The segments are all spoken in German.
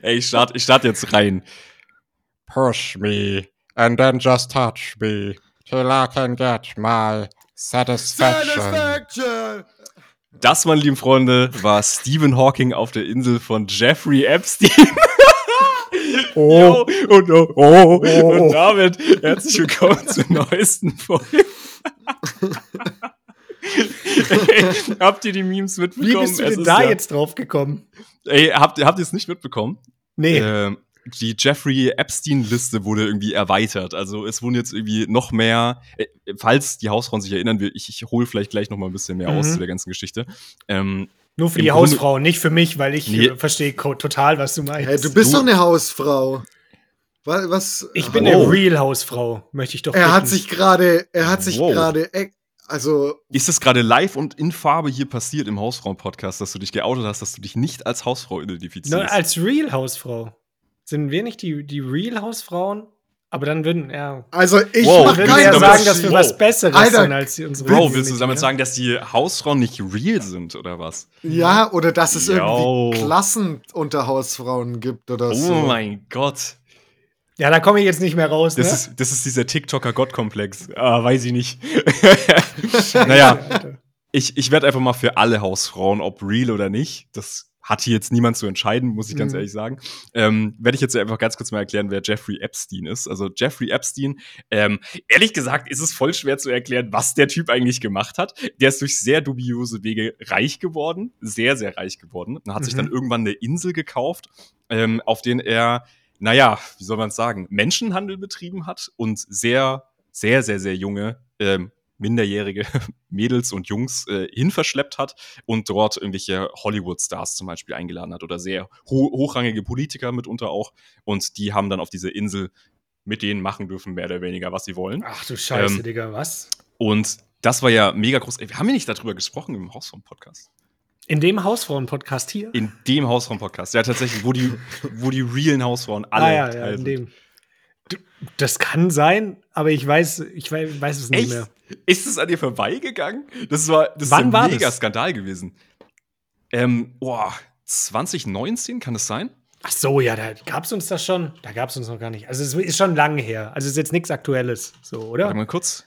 Ey, ich start jetzt rein. Push me and then just touch me till I can get my satisfaction. Das, meine lieben Freunde, war Stephen Hawking auf der Insel von Jeffrey Epstein. Oh. Und damit herzlich willkommen zur neuesten Folge. Ey, habt ihr die Memes mitbekommen? Wie bist du denn da jetzt drauf gekommen? Ey, habt ihr es nicht mitbekommen? Nee. Die Jeffrey Epstein-Liste wurde irgendwie erweitert. Also es wurden jetzt irgendwie noch mehr, falls die Hausfrauen sich erinnern, ich hole vielleicht gleich noch mal ein bisschen mehr aus zu der ganzen Geschichte. Nur für die Hausfrau, nicht für mich, weil ich verstehe total, was du meinst. Hey, du bist doch eine Hausfrau. Was? Ich bin eine Real-Hausfrau, möchte ich doch Er bitten. hat sich gerade, also... Ist das gerade live und in Farbe hier passiert im Hausfrauen-Podcast, dass du dich geoutet hast, dass du dich nicht als Hausfrau identifizierst? Nur als Real-Hausfrau. Sind wir nicht die Real-Hausfrauen? Aber dann würden, Also ich würde ja sagen, dass wir was Besseres sind als unsere Bro, willst du damit sagen, dass die Hausfrauen nicht real sind, oder was? Ja, oder dass es irgendwie Klassen unter Hausfrauen gibt oder so. Oh mein Gott. Ja, da komme ich jetzt nicht mehr raus, ne? Das ist dieser TikToker-Gottkomplex. Weiß ich nicht. Naja, ich werde einfach mal für alle Hausfrauen, ob real oder nicht, das hat hier jetzt niemand zu entscheiden, muss ich ganz ehrlich sagen. Werde ich jetzt einfach ganz kurz mal erklären, wer Jeffrey Epstein ist. Also Jeffrey Epstein, ehrlich gesagt ist es voll schwer zu erklären, was der Typ eigentlich gemacht hat. Der ist durch sehr dubiose Wege reich geworden, sehr, sehr reich geworden. Und hat sich dann irgendwann eine Insel gekauft, auf den er, naja, wie soll man es sagen, Menschenhandel betrieben hat und sehr, sehr, sehr, sehr junge minderjährige Mädels und Jungs hinverschleppt hat und dort irgendwelche Hollywood-Stars zum Beispiel eingeladen hat oder sehr hochrangige Politiker mitunter auch. Und die haben dann auf diese Insel mit denen machen dürfen, mehr oder weniger, was sie wollen. Ach du Scheiße, Digga, was? Und das war ja mega groß. Wir haben ja nicht darüber gesprochen im Hausfrauen-Podcast. In dem Hausfrauen-Podcast hier? In dem Hausfrauen-Podcast, ja tatsächlich, wo die realen Hausfrauen alle ja, in dem. Das kann sein, aber ich weiß es nicht mehr. Ist es an dir vorbeigegangen? Das ist ein mega Skandal gewesen. 2019 kann das sein? Ach so, ja, da gab's uns das schon. Da gab's uns noch gar nicht. Also es ist schon lange her. Also es ist jetzt nichts Aktuelles, so, oder? Warte mal kurz.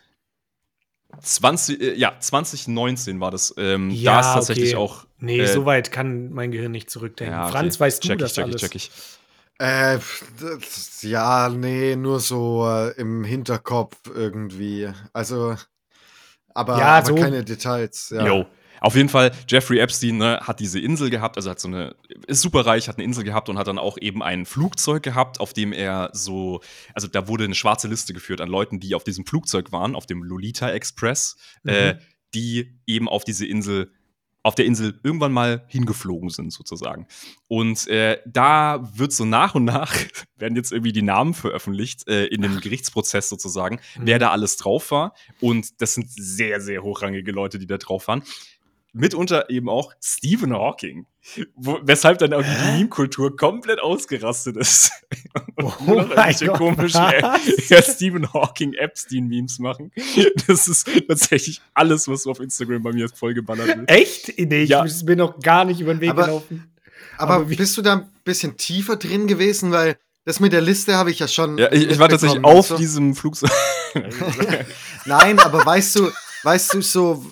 2019 war das. Da ist tatsächlich auch. Nee, so weit kann mein Gehirn nicht zurückdenken. Ja, okay. Franz, weißt du das alles? Check ich. Nur so im Hinterkopf irgendwie. Also, aber so keine Details. Ja. Jo. Auf jeden Fall, Jeffrey Epstein hat diese Insel gehabt, also ist super reich, hat eine Insel gehabt und hat dann auch eben ein Flugzeug gehabt, auf dem er also da wurde eine schwarze Liste geführt an Leuten, die auf diesem Flugzeug waren, auf dem Lolita Express, die eben auf der Insel irgendwann mal hingeflogen sind, sozusagen. Und da wird so nach und nach, werden jetzt irgendwie die Namen veröffentlicht, in dem Gerichtsprozess sozusagen, wer da alles drauf war. Und das sind sehr, sehr hochrangige Leute, die da drauf waren. Mitunter eben auch Stephen Hawking. Weshalb dann auch die Meme-Kultur komplett ausgerastet ist. Und nur noch irgendwelche komischen Stephen Hawking Epstein-Memes machen. Das ist tatsächlich alles, was auf Instagram bei mir vollgeballert wird. Echt? Nee, ich bin mir noch gar nicht über den Weg gelaufen. Aber bist du da ein bisschen tiefer drin gewesen? Weil das mit der Liste habe ich ja schon. Ja, ich war tatsächlich auf diesem Flugzeug. Nein, aber weißt du so,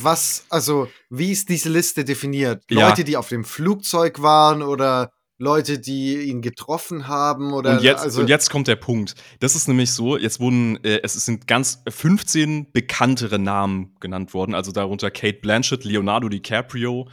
wie ist diese Liste definiert? Leute, die auf dem Flugzeug waren oder Leute, die ihn getroffen haben? Oder und jetzt kommt der Punkt. Das ist nämlich so, jetzt wurden, es sind ganz 15 bekanntere Namen genannt worden, also darunter Cate Blanchett, Leonardo DiCaprio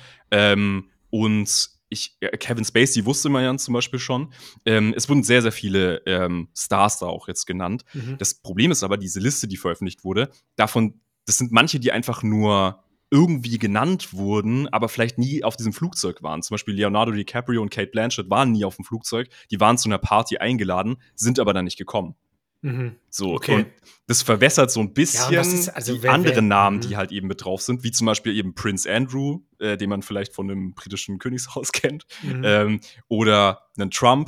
und Kevin Spacey wusste man ja zum Beispiel schon. Es wurden sehr, sehr viele Stars da auch jetzt genannt. Das Problem ist aber, diese Liste, die veröffentlicht wurde, das sind manche, die einfach nur irgendwie genannt wurden, aber vielleicht nie auf diesem Flugzeug waren. Zum Beispiel Leonardo DiCaprio und Cate Blanchett waren nie auf dem Flugzeug. Die waren zu einer Party eingeladen, sind aber dann nicht gekommen. So, okay. Und das verwässert so ein bisschen die anderen Namen, die halt eben mit drauf sind, wie zum Beispiel eben Prince Andrew, den man vielleicht von dem britischen Königshaus kennt, oder einen Trump,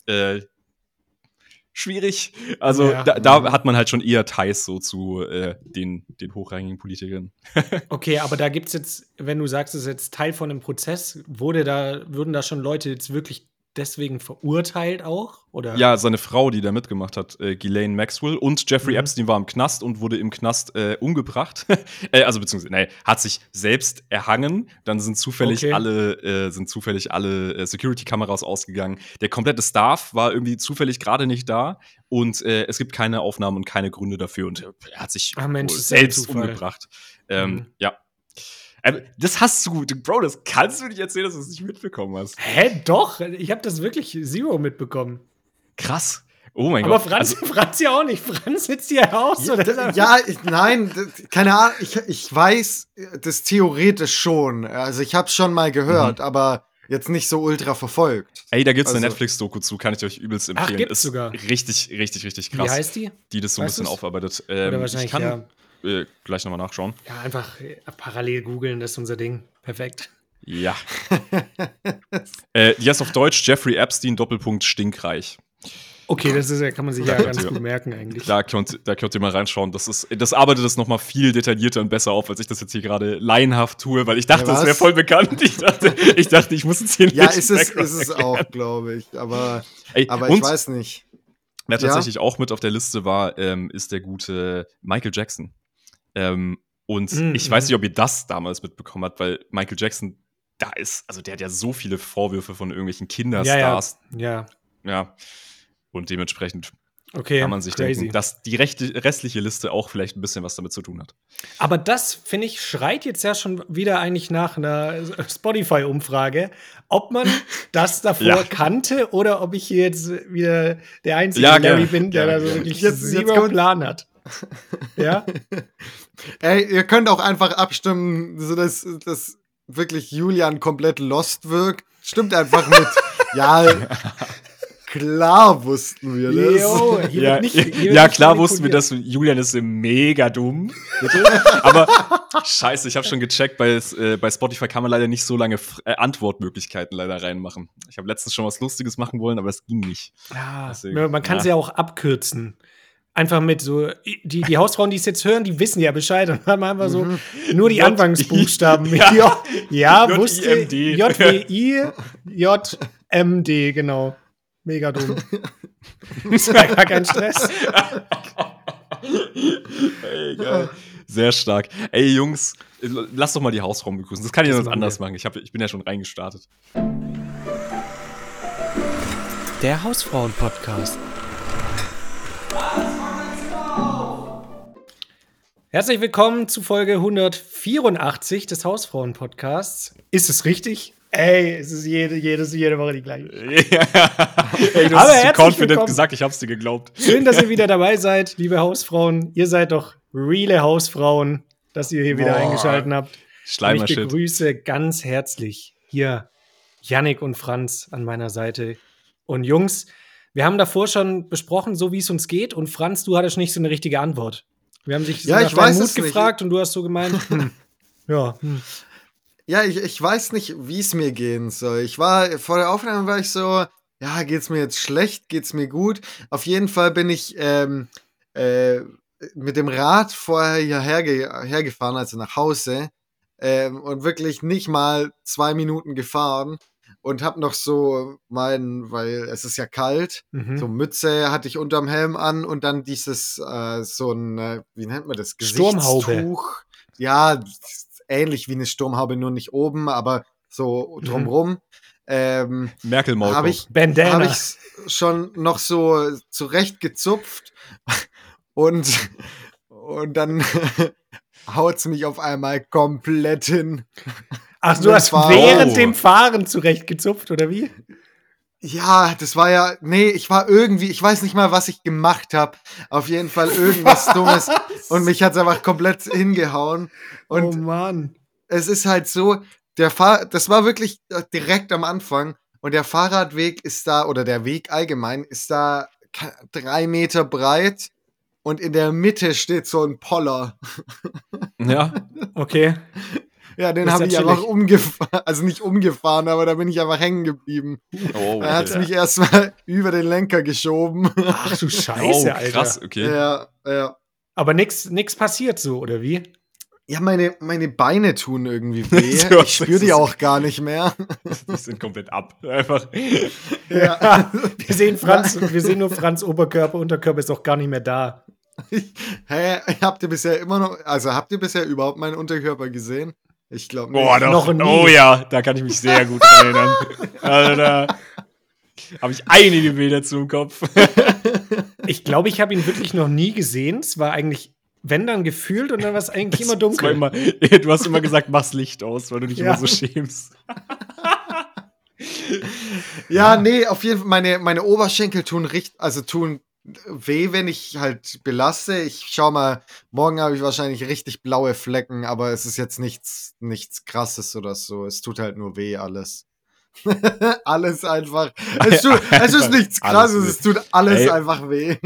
schwierig. Also da hat man halt schon eher Ties so zu den hochrangigen Politikern. Okay, aber da gibt's jetzt, wenn du sagst, es ist jetzt Teil von einem Prozess, würden da schon Leute jetzt wirklich deswegen verurteilt auch? Oder? Ja, seine Frau, die da mitgemacht hat, Ghislaine Maxwell, und Jeffrey Epstein war im Knast und wurde im Knast umgebracht. Also beziehungsweise, hat sich selbst erhangen. Dann sind zufällig alle Security-Kameras ausgegangen. Der komplette Staff war irgendwie zufällig gerade nicht da und es gibt keine Aufnahmen und keine Gründe dafür. Und er hat sich selbst umgebracht. Ja. Das hast du, Bro, das kannst du nicht erzählen, dass du es nicht mitbekommen hast. Hä, doch? Ich habe das wirklich zero mitbekommen. Krass. Oh mein aber Gott. Aber Franz ja auch nicht. Franz sitzt hier aus, oder? Nein, keine Ahnung. Ich weiß das theoretisch schon. Also ich habe es schon mal gehört, aber jetzt nicht so ultra verfolgt. Ey, da gibt's eine Netflix-Doku zu, kann ich euch übelst empfehlen. Ach, gibt's sogar. Richtig, richtig, richtig krass. Wie heißt die? Die das so ein bisschen aufarbeitet. Oder wahrscheinlich, ich kann gleich nochmal nachschauen. Ja, einfach parallel googeln, das ist unser Ding. Perfekt. Ja. Die heißt auf Deutsch Jeffrey Epstein, Doppelpunkt, stinkreich. Okay, kann man sich ja ganz gut merken eigentlich. Da könnt ihr mal reinschauen. Das arbeitet das noch mal viel detaillierter und besser auf, als ich das jetzt hier gerade laienhaft tue, weil ich dachte, das wäre voll bekannt. Ich dachte, ich muss jetzt hier nicht. Ja, ist es auch, glaube ich. Aber ich weiß nicht. Wer tatsächlich auch mit auf der Liste war, ist der gute Michael Jackson. Und ich weiß nicht, ob ihr das damals mitbekommen habt, weil Michael Jackson der hat ja so viele Vorwürfe von irgendwelchen Kinderstars. Ja. Und dementsprechend kann man sich denken, dass die restliche Liste auch vielleicht ein bisschen was damit zu tun hat. Aber das, finde ich, schreit jetzt ja schon wieder eigentlich nach einer Spotify-Umfrage, ob man das davor kannte oder ob ich hier jetzt wieder der einzige Larry bin, der da so wirklich zero Plan hat. Ja? Ey, ihr könnt auch einfach abstimmen, so dass wirklich Julian komplett lost wirkt. Stimmt einfach mit. Ja, klar wussten wir das. Klar wussten wir das. Julian ist mega dumm. Bitte. Aber scheiße, ich habe schon gecheckt, bei Spotify kann man leider nicht so lange Antwortmöglichkeiten leider reinmachen. Ich habe letztens schon was Lustiges machen wollen, aber es ging nicht. Deswegen, man kann es ja auch abkürzen. Einfach mit so, die Hausfrauen, die es jetzt hören, die wissen ja Bescheid. Und dann haben wir so nur die Anfangsbuchstaben. Wusste JWI-JMD, genau. Mega dumm. Ist ja gar kein Stress. Ey, geil. Sehr stark. Ey, Jungs, lass doch mal die Hausfrauen begrüßen. Das kann ich sonst anders machen. Ich bin ja schon reingestartet. Der Hausfrauen-Podcast. Herzlich willkommen zu Folge 184 des Hausfrauen-Podcasts. Ist es richtig? Ey, es ist jede Woche die gleiche. Ey, du hast so confident gesagt, ich hab's dir geglaubt. Schön, dass ihr wieder dabei seid, liebe Hausfrauen. Ihr seid doch reale Hausfrauen, dass ihr hier wieder eingeschaltet habt. Schleimer-Shit. Ich begrüße ganz herzlich hier Yannick und Franz an meiner Seite. Und Jungs, wir haben davor schon besprochen, so wie es uns geht. Und Franz, du hattest nicht so eine richtige Antwort. Wir haben dich nach deinem Mut gefragt und du hast so gemeint, Ja, ich weiß nicht, wie es mir gehen soll. Vor der Aufnahme war ich so, ja, geht's mir jetzt schlecht, geht's mir gut? Auf jeden Fall bin ich mit dem Rad vorher hierher gefahren, also nach Hause, und wirklich nicht mal 2 Minuten gefahren und hab noch so weil es ist ja kalt, so Mütze hatte ich unterm Helm an und dann dieses, wie nennt man das? Sturmhaube. Ja, ähnlich wie eine Sturmhaube, nur nicht oben, aber so drumrum. Merkel-Maulkorb. Habe ich schon noch so zurechtgezupft und dann haut's mich auf einmal komplett hin. Ach, du hast während dem Fahren zurechtgezupft, oder wie? Ja, das war ja, ich weiß nicht mal, was ich gemacht habe. Auf jeden Fall irgendwas Dummes. Und mich hat's einfach komplett hingehauen. Und oh Mann. Es ist halt so, das war wirklich direkt am Anfang. Und der Fahrradweg ist da, oder der Weg allgemein, ist da 3 Meter breit. Und in der Mitte steht so ein Poller. Ja, okay. Ja, den habe ich einfach umgefahren, also nicht umgefahren, aber da bin ich einfach hängen geblieben. Oh, da hat es mich erstmal über den Lenker geschoben. Ach du Scheiße, Alter. Krass, okay. Ja. Aber nix passiert so, oder wie? Ja, meine Beine tun irgendwie weh. Ich spüre die auch gar nicht mehr. Die sind komplett ab. Einfach. Ja. Wir sehen nur Franz Oberkörper, Unterkörper ist auch gar nicht mehr da. Habt ihr bisher überhaupt meinen Unterkörper gesehen? Ich glaube nicht. Boah, doch. Noch nie. Oh ja, da kann ich mich sehr gut erinnern. Also da habe ich einige Bilder zum Kopf. Ich glaube, ich habe ihn wirklich noch nie gesehen. Es war eigentlich, wenn dann gefühlt und dann war es eigentlich immer dunkel. Du hast immer gesagt, mach's Licht aus, weil du dich immer so schämst. Ja, nee, auf jeden Fall, meine Oberschenkel tun weh, wenn ich halt belaste. Ich schau mal, morgen habe ich wahrscheinlich richtig blaue Flecken, aber es ist jetzt nichts Krasses oder so. Es tut halt nur weh, alles. Alles einfach. Es ist nichts Krasses, es tut alles einfach weh.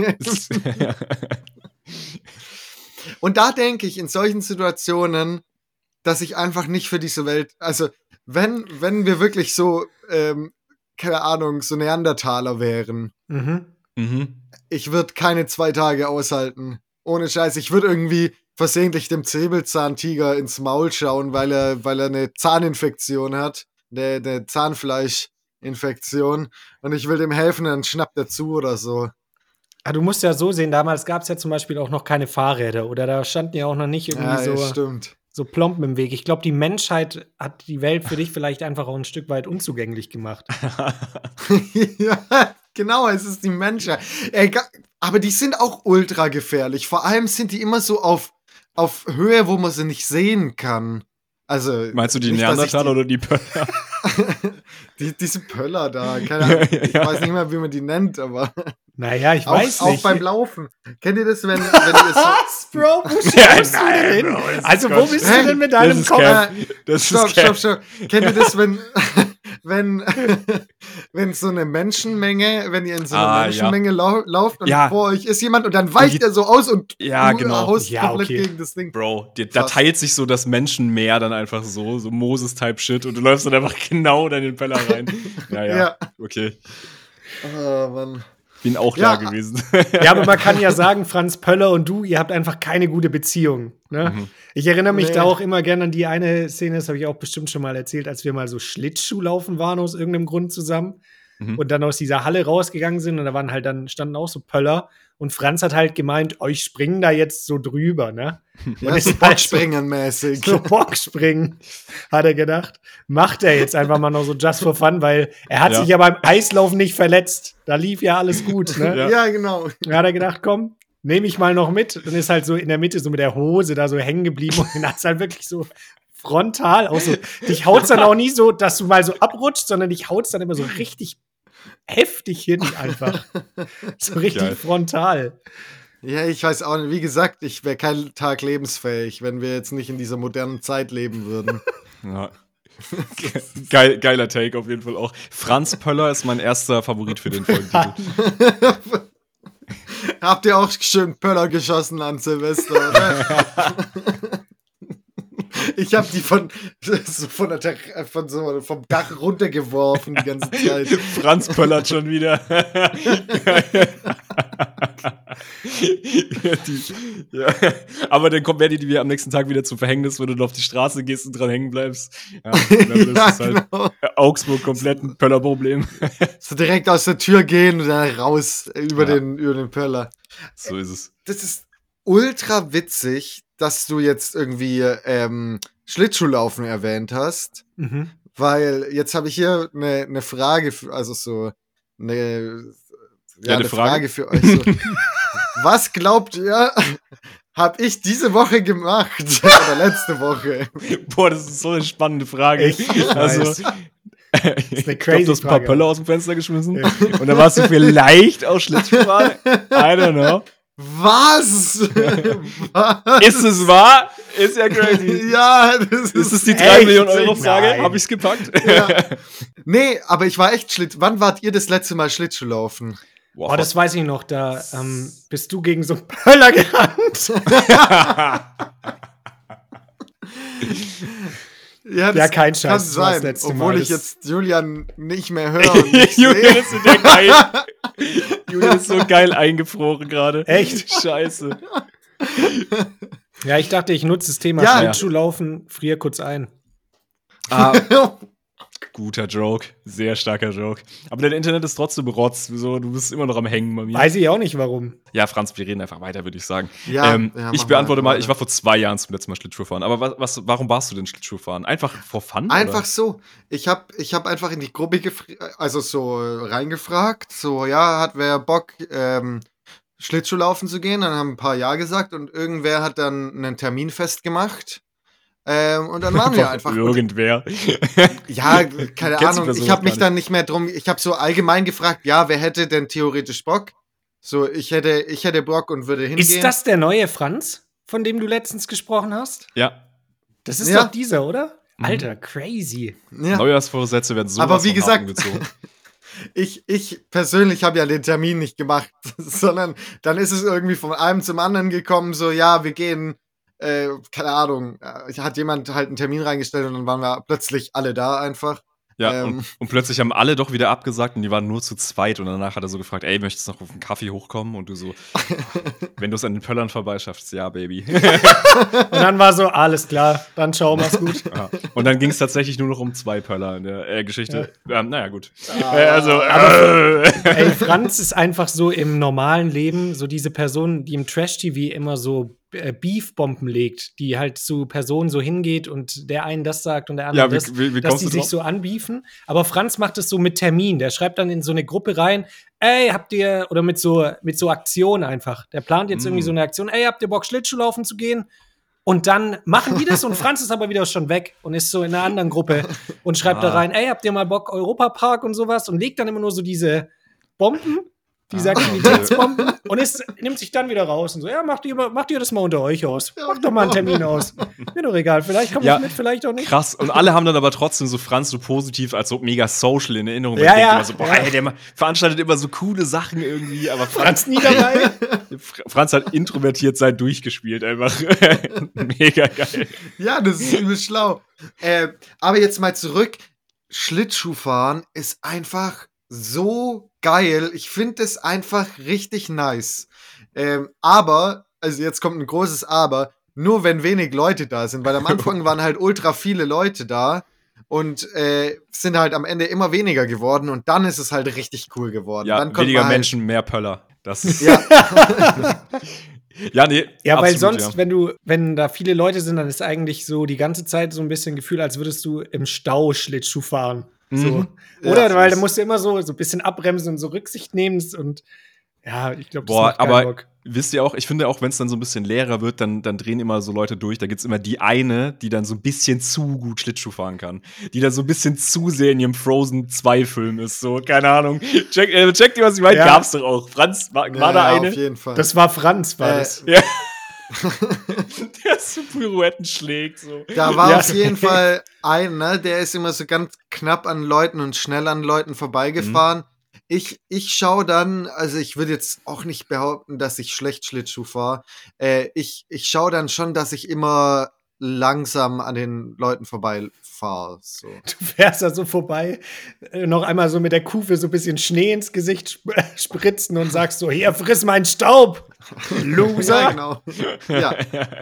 Und da denke ich in solchen Situationen, dass ich einfach nicht für diese Welt, also wenn wir wirklich so, keine Ahnung, so Neandertaler wären, ich würde keine 2 Tage aushalten. Ohne Scheiß, ich würde irgendwie versehentlich dem Säbelzahntiger ins Maul schauen, weil er eine Zahninfektion hat, eine Zahnfleischinfektion, und ich will dem helfen, dann schnappt er zu oder so. Du musst ja so sehen, damals gab es ja zum Beispiel auch noch keine Fahrräder oder da standen ja auch noch nicht irgendwie so Plomben im Weg. Ich glaube, die Menschheit hat die Welt für dich vielleicht einfach auch ein Stück weit unzugänglich gemacht. Ja, genau, es ist die Menschheit. Aber die sind auch ultra gefährlich. Vor allem sind die immer so auf Höhe, wo man sie nicht sehen kann. Also, meinst du die Neandertaler oder die Pöller? Diese Pöller da, keine Ahnung. Ich weiß nicht mehr, wie man die nennt, aber. Naja, ich weiß nicht. Auch beim Laufen. Kennt ihr das, wenn ihr Was, Bro? Wo schaust du denn hin? Also, wo bist du denn mit deinem Kopf? Stopp. Kennt ihr das, wenn so eine Menschenmenge, wenn ihr in so einer Menschenmenge lauft und vor euch ist jemand und dann weicht er so aus und haust komplett gegen das Ding. Bro, da teilt sich so das Menschenmeer dann einfach so Moses-Type-Shit und du läufst dann einfach genau in den Peller rein. Ja. Okay. Oh, Mann. Bin auch da gewesen. Ja, aber man kann ja sagen, Franz Pöller und du, ihr habt einfach keine gute Beziehung. Ne? Ich erinnere mich da auch immer gerne an die eine Szene, das habe ich auch bestimmt schon mal erzählt, als wir mal so Schlittschuhlaufen waren aus irgendeinem Grund zusammen und dann aus dieser Halle rausgegangen sind und da standen auch so Pöller und Franz hat halt gemeint, euch springen da jetzt so drüber, ne? Ja, so Bockspringen-mäßig. So Bockspringen, hat er gedacht. Macht er jetzt einfach mal noch so just for fun, weil er hat sich ja beim Eislaufen nicht verletzt. Da lief ja alles gut, ne? Ja, genau. Da hat er gedacht, komm, nehme ich mal noch mit. Dann ist halt so in der Mitte so mit der Hose da so hängen geblieben und dann hat es halt wirklich so frontal auch so. Dich haut's dann auch nie so, dass du mal so abrutscht, sondern dich haut's dann immer so richtig heftig hin einfach. So richtig frontal. Ja, ich weiß auch nicht. Wie gesagt, ich wäre keinen Tag lebensfähig, wenn wir jetzt nicht in dieser modernen Zeit leben würden. Ja. Geiler Take auf jeden Fall auch. Franz Pöller ist mein erster Favorit für den Folgentitel. Habt ihr auch schön Pöller geschossen an Silvester, oder? Ich habe die vom Dach runtergeworfen die ganze Zeit. Franz pöllert schon wieder. Aber dann werden die dir am nächsten Tag wieder zum Verhängnis, wenn du auf die Straße gehst und dran hängen bleibst. Ja, das ist halt Augsburg komplett ein Pöllerproblem. So direkt aus der Tür gehen und dann raus über den Pöller. So ist es. Das ist ultra witzig, dass du jetzt irgendwie Schlittschuhlaufen erwähnt hast, weil jetzt habe ich hier eine Frage, eine Frage für euch. So. Was glaubt ihr, habe ich diese Woche gemacht oder letzte Woche? Boah, das ist so eine spannende Frage. Das ist eine crazy du hast ein paar Pöller aus dem Fenster geschmissen und dann warst du vielleicht auch Schlittschuhfahrer. I don't know. Was? Ist es wahr? Ist ja crazy. Ja, das ist es die 3 Millionen Euro Frage? Hab ich's gepackt? Ja. Nee, aber ich war echt Wann wart ihr das letzte Mal Schlittschuhlaufen? Wow. Oh, das weiß ich noch. Da bist du gegen so einen Pöller gerannt. Ja, kein Scheiß. Kann sein, das obwohl Mal. Ich jetzt Julian nicht mehr höre. Und nicht Julian ist so geil. Julian ist so geil eingefroren gerade. Echt? Scheiße. Ja, ich dachte, ich nutze das Thema Schlittschuhlaufen, friere kurz ein. Guter Joke, sehr starker Joke. Aber dein Internet ist trotzdem Rotz. Du bist immer noch am Hängen bei mir. Weiß ich auch nicht, warum. Ja, Franz, wir reden einfach weiter, würde ich sagen. Ja, ich beantworte mal, ich war vor 2 Jahren zum letzten Mal Schlittschuhfahren. Aber warum warst du denn Schlittschuhfahren? Einfach for fun? Einfach oder? so. Ich hab einfach in die Gruppe reingefragt. So, ja, hat wer Bock, Schlittschuhlaufen zu gehen? Dann haben ein paar Ja gesagt und irgendwer hat dann einen Termin festgemacht. Und dann waren wir einfach. Irgendwer. Ja, keine Ahnung. Ich habe mich dann nicht mehr drum. Ich habe so allgemein gefragt, ja, wer hätte denn theoretisch Bock? So, ich hätte Bock und würde hingehen. Ist das der neue Franz, von dem du letztens gesprochen hast? Ja. Das ist doch dieser, oder? Alter, crazy. Ja. Neujahrsvorsätze werden so. Aber wie gesagt, ich persönlich habe ja den Termin nicht gemacht, sondern dann ist es irgendwie von einem zum anderen gekommen, so, ja, wir gehen. Keine Ahnung, hat jemand halt einen Termin reingestellt und dann waren wir plötzlich alle da einfach. Ja, und plötzlich haben alle doch wieder abgesagt und die waren nur zu zweit und danach hat er so gefragt, ey, möchtest du noch auf einen Kaffee hochkommen? Und du so, wenn du es an den Pöllern vorbeischaffst, ja, Baby. Und dann war so, alles klar, dann schau, mach's gut. Ja. Und dann ging es tatsächlich nur noch um 2 Pöller in der Geschichte. Ja. Naja, gut. Ey, Franz ist einfach so im normalen Leben so diese Person, die im Trash-TV immer so Beef-Bomben legt, die halt zu Personen so hingeht und der einen das sagt und der andere das, dass die sich so anbeefen. Aber Franz macht es so mit Termin. Der schreibt dann in so eine Gruppe rein, ey, habt ihr, oder mit so Aktion einfach. Der plant jetzt irgendwie so eine Aktion, ey, habt ihr Bock, Schlittschuhlaufen zu gehen? Und dann machen die das und Franz ist aber wieder schon weg und ist so in einer anderen Gruppe und schreibt da rein, ey, habt ihr mal Bock, Europapark und sowas? Und legt dann immer nur so diese Bomben, diese Aktivitätsbomben und nimmt sich dann wieder raus und so, ja, macht ihr das mal unter euch aus. Macht doch mal einen Termin aus. Mir doch egal, vielleicht komme ich mit, vielleicht auch nicht. Krass, und alle haben dann aber trotzdem so Franz so positiv als so mega social in Erinnerung. Ja, ja. Immer so, boah, ey, der veranstaltet immer so coole Sachen irgendwie, aber Franz nie dabei. Franz hat introvertiert sein durchgespielt, einfach. Mega geil. Ja, das ist übel schlau. Aber jetzt mal zurück. Schlittschuhfahren ist einfach so geil. Ich finde es einfach richtig nice. Aber, also jetzt kommt ein großes Aber, nur wenn wenig Leute da sind, weil am Anfang waren halt ultra viele Leute da und sind halt am Ende immer weniger geworden und dann ist es halt richtig cool geworden. Ja, dann weniger Menschen, mehr Pöller. Das ist ja. Ja, nee. Ja, absolut, weil sonst, ja. wenn da viele Leute sind, dann ist eigentlich so die ganze Zeit so ein bisschen Gefühl, als würdest du im Stau Schlittschuh fahren. So. Oder? Ja, weil da musst du immer so ein bisschen abbremsen und so Rücksicht nehmen und ja, ich glaube, das macht keinen aber Bock. Wisst ihr auch, ich finde auch, wenn es dann so ein bisschen leerer wird, dann drehen immer so Leute durch. Da gibt's immer die eine, die dann so ein bisschen zu gut Schlittschuh fahren kann. Die dann so ein bisschen zu sehr in ihrem Frozen 2-Film ist. So, keine Ahnung. Checkt ihr, was ich meine? Ja. Gab's doch auch. Franz, war da eine? Auf jeden Fall. Das war Franz, war das. Ja. Der so Pirouetten schlägt. So. Da war auf jeden Fall einer, der ist immer so ganz knapp an Leuten und schnell an Leuten vorbeigefahren. Ich schaue dann, also ich würde jetzt auch nicht behaupten, dass ich schlecht Schlittschuh fahre. Ich schaue dann schon, dass ich immer langsam an den Leuten vorbeifahre. So. Du fährst da so vorbei, noch einmal so mit der Kufe so ein bisschen Schnee ins Gesicht spritzen und sagst so, hier, friss meinen Staub, Loser. Ja, genau. Ja.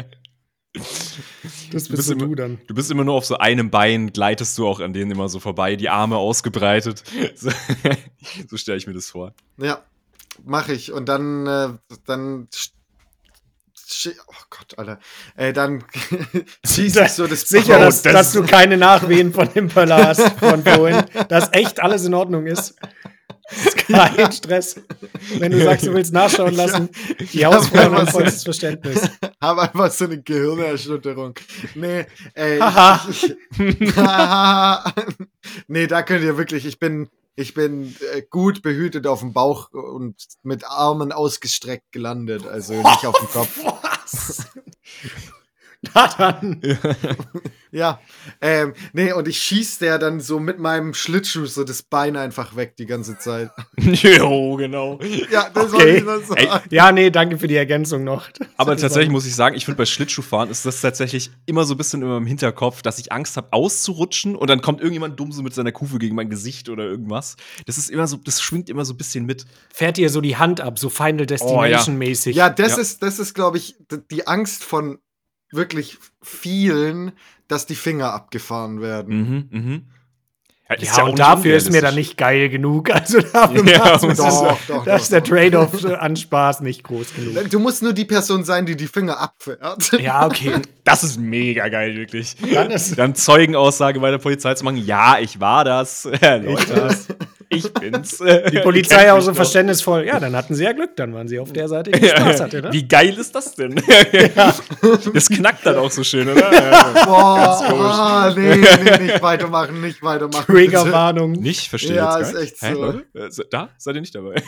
Das bist du dann. Du bist immer nur auf so einem Bein, gleitest du auch an denen immer so vorbei, die Arme ausgebreitet. So stelle ich mir das vor. Ja, mache ich. Und dann oh Gott, Alter. Dann schießt ich so das sicher, dass du keine Nachwehen von dem Pöller hast von vorhin, dass echt alles in Ordnung ist. Kein Stress. Wenn du sagst, du willst nachschauen lassen, die Hausfrauen haben vollstes Verständnis. Habe einfach so eine Gehirnerschütterung. Nee, nee, da könnt ihr wirklich, ich bin gut behütet auf dem Bauch und mit Armen ausgestreckt gelandet, also nicht auf dem Kopf. Was? Na dann. Ja, nee, und ich schieß der dann so mit meinem Schlittschuh so das Bein einfach weg die ganze Zeit. Jo, genau. Ja, das Okay. soll ich das sagen. Ja, nee, danke für die Ergänzung noch. Aber tatsächlich muss ich sagen, ich finde bei Schlittschuhfahren ist das tatsächlich immer so ein bisschen in meinem Hinterkopf, dass ich Angst habe, auszurutschen und dann kommt irgendjemand dumm so mit seiner Kufe gegen mein Gesicht oder irgendwas. Das ist immer so, das schwingt immer so ein bisschen mit. Fährt ihr so die Hand ab, so Final Destination-mäßig. Ja, das ist, glaube ich, die Angst von wirklich vielen, dass die Finger abgefahren werden. Ja, und dafür ist mir dann nicht geil genug. Also dafür ist der Trade-off an Spaß nicht groß genug. Du musst nur die Person sein, die Finger abfährt. Ja, okay. Das ist mega geil, wirklich. Dann Zeugenaussage bei der Polizei zu machen. Ja, ich war das. Leute, ich bin's. Die Polizei auch so verständnisvoll. Ja, dann hatten sie ja Glück. Dann waren sie auf der Seite, die Spaß hatte, ne? Wie geil ist das denn? Das knackt dann auch so schön, oder? Boah, nee, nicht weitermachen. Triggerwarnung. Nicht, verstehe ja, jetzt gar nicht. Ja, ist echt so. Da seid ihr nicht dabei.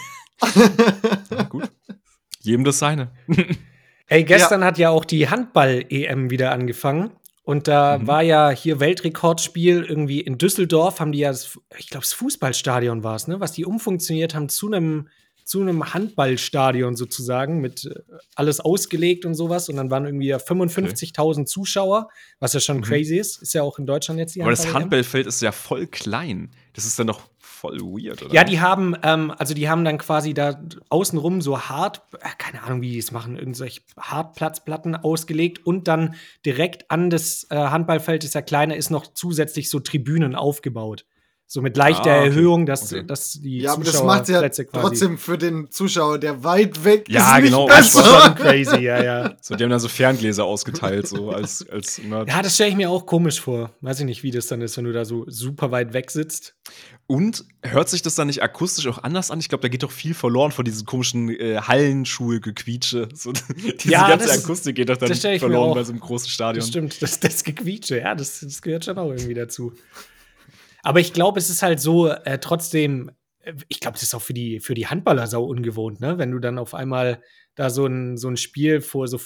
Gut. Jedem das seine. Ey, gestern hat ja auch die Handball-EM wieder angefangen. Und da war ja hier Weltrekordspiel irgendwie in Düsseldorf, haben die ja, ich glaube, das Fußballstadion war es, ne? Was die umfunktioniert haben zu einem Handballstadion sozusagen, mit alles ausgelegt und sowas. Und dann waren irgendwie ja 55.000 Zuschauer, was ja schon crazy ist. Ist ja auch in Deutschland jetzt die Aber das Handballfeld ist ja voll klein. Das ist dann doch voll weird, oder? Ja, die haben dann quasi da außenrum so keine Ahnung, wie die es machen, irgendwelche Hartplatzplatten ausgelegt und dann direkt an das Handballfeld, das ja kleiner ist, noch zusätzlich so Tribünen aufgebaut. So mit leichter Erhöhung, dass die ja, aber das macht ja trotzdem für den Zuschauer, der weit weg ist, ja, genau, nicht besser. Das war schon crazy, ja. So, die haben dann so Ferngläser ausgeteilt, so als Ja, das stelle ich mir auch komisch vor. Weiß ich nicht, wie das dann ist, wenn du da so super weit weg sitzt. Und hört sich das dann nicht akustisch auch anders an? Ich glaube, da geht doch viel verloren von diesen komischen Hallenschuhe-Gequietsche. So, diese ganze Akustik geht doch dann verloren bei so einem großen Stadion. Das stimmt, das Gequietsche, ja, das gehört schon auch irgendwie dazu. Aber ich glaube, es ist halt so, trotzdem, ich glaube, es ist auch für die Handballer sau ungewohnt, ne? Wenn du dann auf einmal da so ein Spiel vor so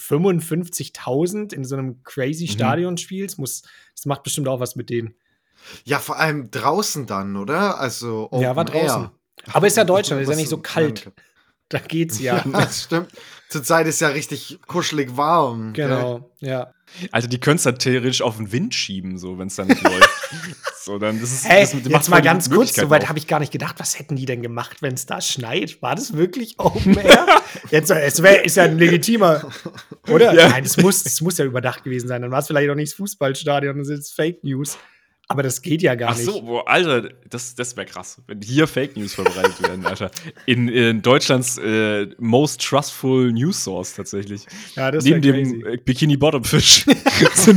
55.000 in so einem crazy Stadion spielst, das macht bestimmt auch was mit denen. Ja, vor allem draußen dann, oder? Also Open ja, war draußen. Air. Aber ist ja Deutschland, ist ja nicht so kalt. Da geht's ja. Ja, das stimmt. Zurzeit ist ja richtig kuschelig warm. Genau, ja. Also die können es dann theoretisch auf den Wind schieben, so wenn es dann nicht läuft. So, dann das ist, hey, das jetzt mal ganz kurz, so weit habe ich gar nicht gedacht, was hätten die denn gemacht, wenn es da schneit? War das wirklich Open Air? Jetzt, ist ja ein legitimer, oder? Ja. Nein, es muss ja überdacht gewesen sein. Dann war es vielleicht auch nicht das Fußballstadion, das ist Fake News. Aber das geht ja gar nicht. Ach so, boah, Alter, das wäre krass, wenn hier Fake News verbreitet werden, Alter. In Deutschlands most trustful News Source tatsächlich. Ja, das neben dem Bikini Bottom Fish sind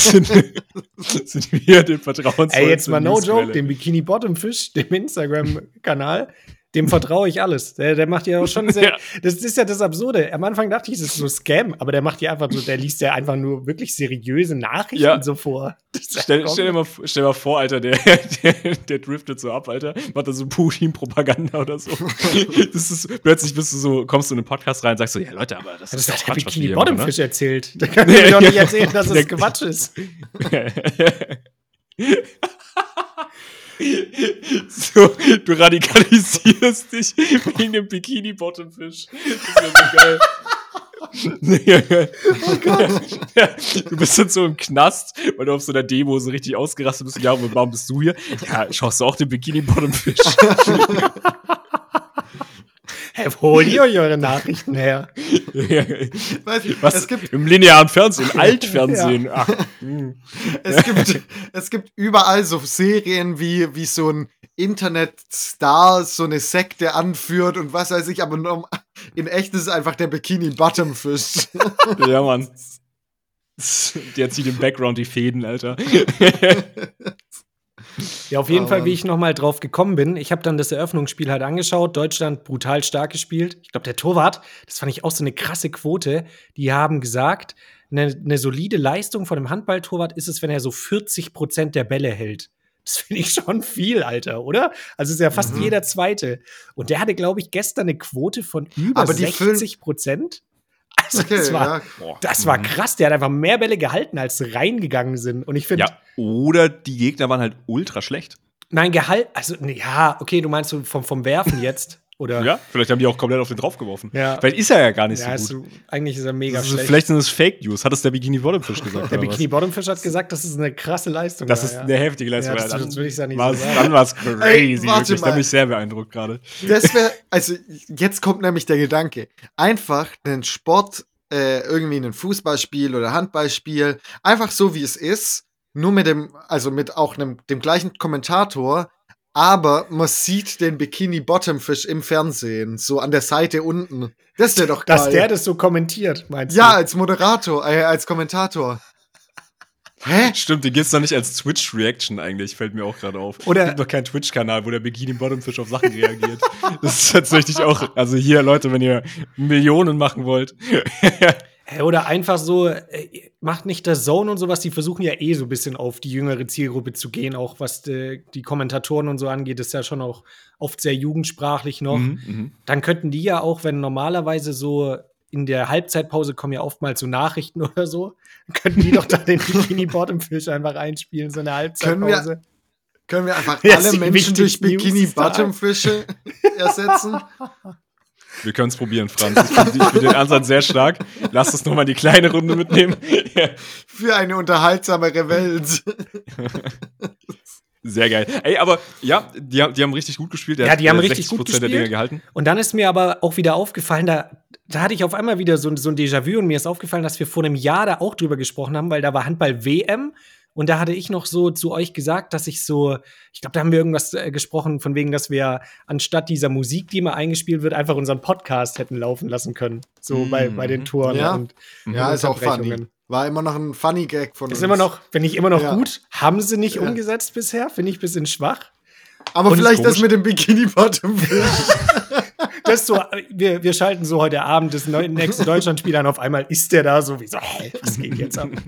wir dem Vertrauensvollsten. Ey, jetzt mal no joke, dem Bikini Bottom Fish, dem Instagram-Kanal, dem vertraue ich alles. Der macht ja auch schon sehr. Das ist ja das Absurde. Am Anfang dachte ich, das ist so Scam, aber der macht ja einfach so, der liest ja einfach nur wirklich seriöse Nachrichten so vor. Stell dir mal vor, Alter, der driftet so ab, Alter. Macht da so Putin-Propaganda oder so. Plötzlich kommst du in einen Podcast rein und sagst so, ja Leute, aber das ist doch der Bikini Bottom Fish erzählt. Da kann ich mir doch nicht erzählen, dass es Quatsch ist. So, du radikalisierst dich wegen dem Bikini-Bottom-Fisch. Das wäre so geil. Oh Gott. Du bist dann so im Knast, weil du auf so einer Demo so richtig ausgerastet bist. Ja, warum bist du hier? Ja, schaust du auch den Bikini-Bottom-Fisch? Hey, wo holt ihr euch eure Nachrichten her? Was? Es gibt im linearen Fernsehen, Altfernsehen. Ja. Ach. Es gibt überall so Serien, wie so ein Internetstar so eine Sekte anführt und was weiß ich, aber in echt ist es einfach der Bikini-Bottom-Fish. Ja, Mann. Der zieht im Background die Fäden, Alter. Ja, auf jeden Fall, wie ich noch mal drauf gekommen bin. Ich habe dann das Eröffnungsspiel halt angeschaut. Deutschland brutal stark gespielt. Ich glaube, der Torwart, das fand ich auch so eine krasse Quote. Die haben gesagt, eine solide Leistung von einem Handballtorwart ist es, wenn er so 40% der Bälle hält. Das finde ich schon viel, Alter, oder? Also ist ja fast jeder Zweite. Und der hatte, glaube ich, gestern eine Quote von über 60%. Also okay, das war krass. Der hat einfach mehr Bälle gehalten, als reingegangen sind. Und ich finde. Ja, oder die Gegner waren halt ultra schlecht. Nein, also, ja, okay, du meinst so vom Werfen jetzt. Oder? Ja, vielleicht haben die auch komplett auf den draufgeworfen. Ja. Vielleicht ist er ja gar nicht so gut. Eigentlich ist er mega schlecht. Vielleicht sind es Fake News. Hat es der Bikini Bottom Fish gesagt? Der Bikini Bottom Fish hat gesagt, das ist eine krasse Leistung. Das ist eine heftige Leistung. Ja, das will ich ja nicht so sagen. Dann war es crazy. Wirklich. Da bin ich sehr beeindruckt gerade. Das wäre, also jetzt kommt nämlich der Gedanke. Einfach einen Sport irgendwie ein Fußballspiel oder Handballspiel, einfach so wie es ist, nur mit dem gleichen Kommentator, aber man sieht den Bikini Bottom Fish im Fernsehen, so an der Seite unten. Das wäre doch geil. Dass der das so kommentiert, meinst du? Ja, als Moderator, als Kommentator. Hä? Stimmt, den gibt's doch nicht als Twitch-Reaction eigentlich, fällt mir auch gerade auf. Oder es gibt doch keinen Twitch-Kanal, wo der Bikini Bottom Fish auf Sachen reagiert. Das ist tatsächlich auch, also hier, Leute, wenn ihr Millionen machen wollt. Oder einfach so, macht nicht der Zone und sowas, die versuchen ja so ein bisschen auf die jüngere Zielgruppe zu gehen, auch was die Kommentatoren und so angeht, ist ja schon auch oft sehr jugendsprachlich noch. Dann könnten die ja auch, wenn normalerweise so in der Halbzeitpause kommen ja oftmals so Nachrichten oder so, dann könnten die doch da den Bikini Bottom Fish einfach einspielen, so eine Halbzeitpause. Können wir einfach alle Menschen durch Bikini Bottom Fische ersetzen? Wir können es probieren, Franz. Ich finde den Ansatz sehr stark. Lass uns nochmal die kleine Runde mitnehmen. Für eine unterhaltsamere Welt. Sehr geil. Ey, aber ja, die haben richtig gut gespielt. Die haben richtig gut gespielt. Der Dinge gehalten. Und dann ist mir aber auch wieder aufgefallen, da hatte ich auf einmal wieder so ein Déjà-vu und mir ist aufgefallen, dass wir vor einem Jahr da auch drüber gesprochen haben, weil da war Handball-WM. Und da hatte ich noch so zu euch gesagt, dass ich glaube, da haben wir irgendwas gesprochen, von wegen, dass wir anstatt dieser Musik, die immer eingespielt wird, einfach unseren Podcast hätten laufen lassen können. So bei den Toren. Ja, ist auch funny. War immer noch ein funny Gag von uns. Ist immer noch, finde ich immer noch gut. Haben sie nicht umgesetzt bisher, finde ich ein bisschen schwach. Aber und vielleicht das mit dem Bikini Bottom Fish. Das so, wir schalten so heute Abend das nächste Deutschlandspiel an, auf einmal ist der da so wie so, was geht jetzt ab?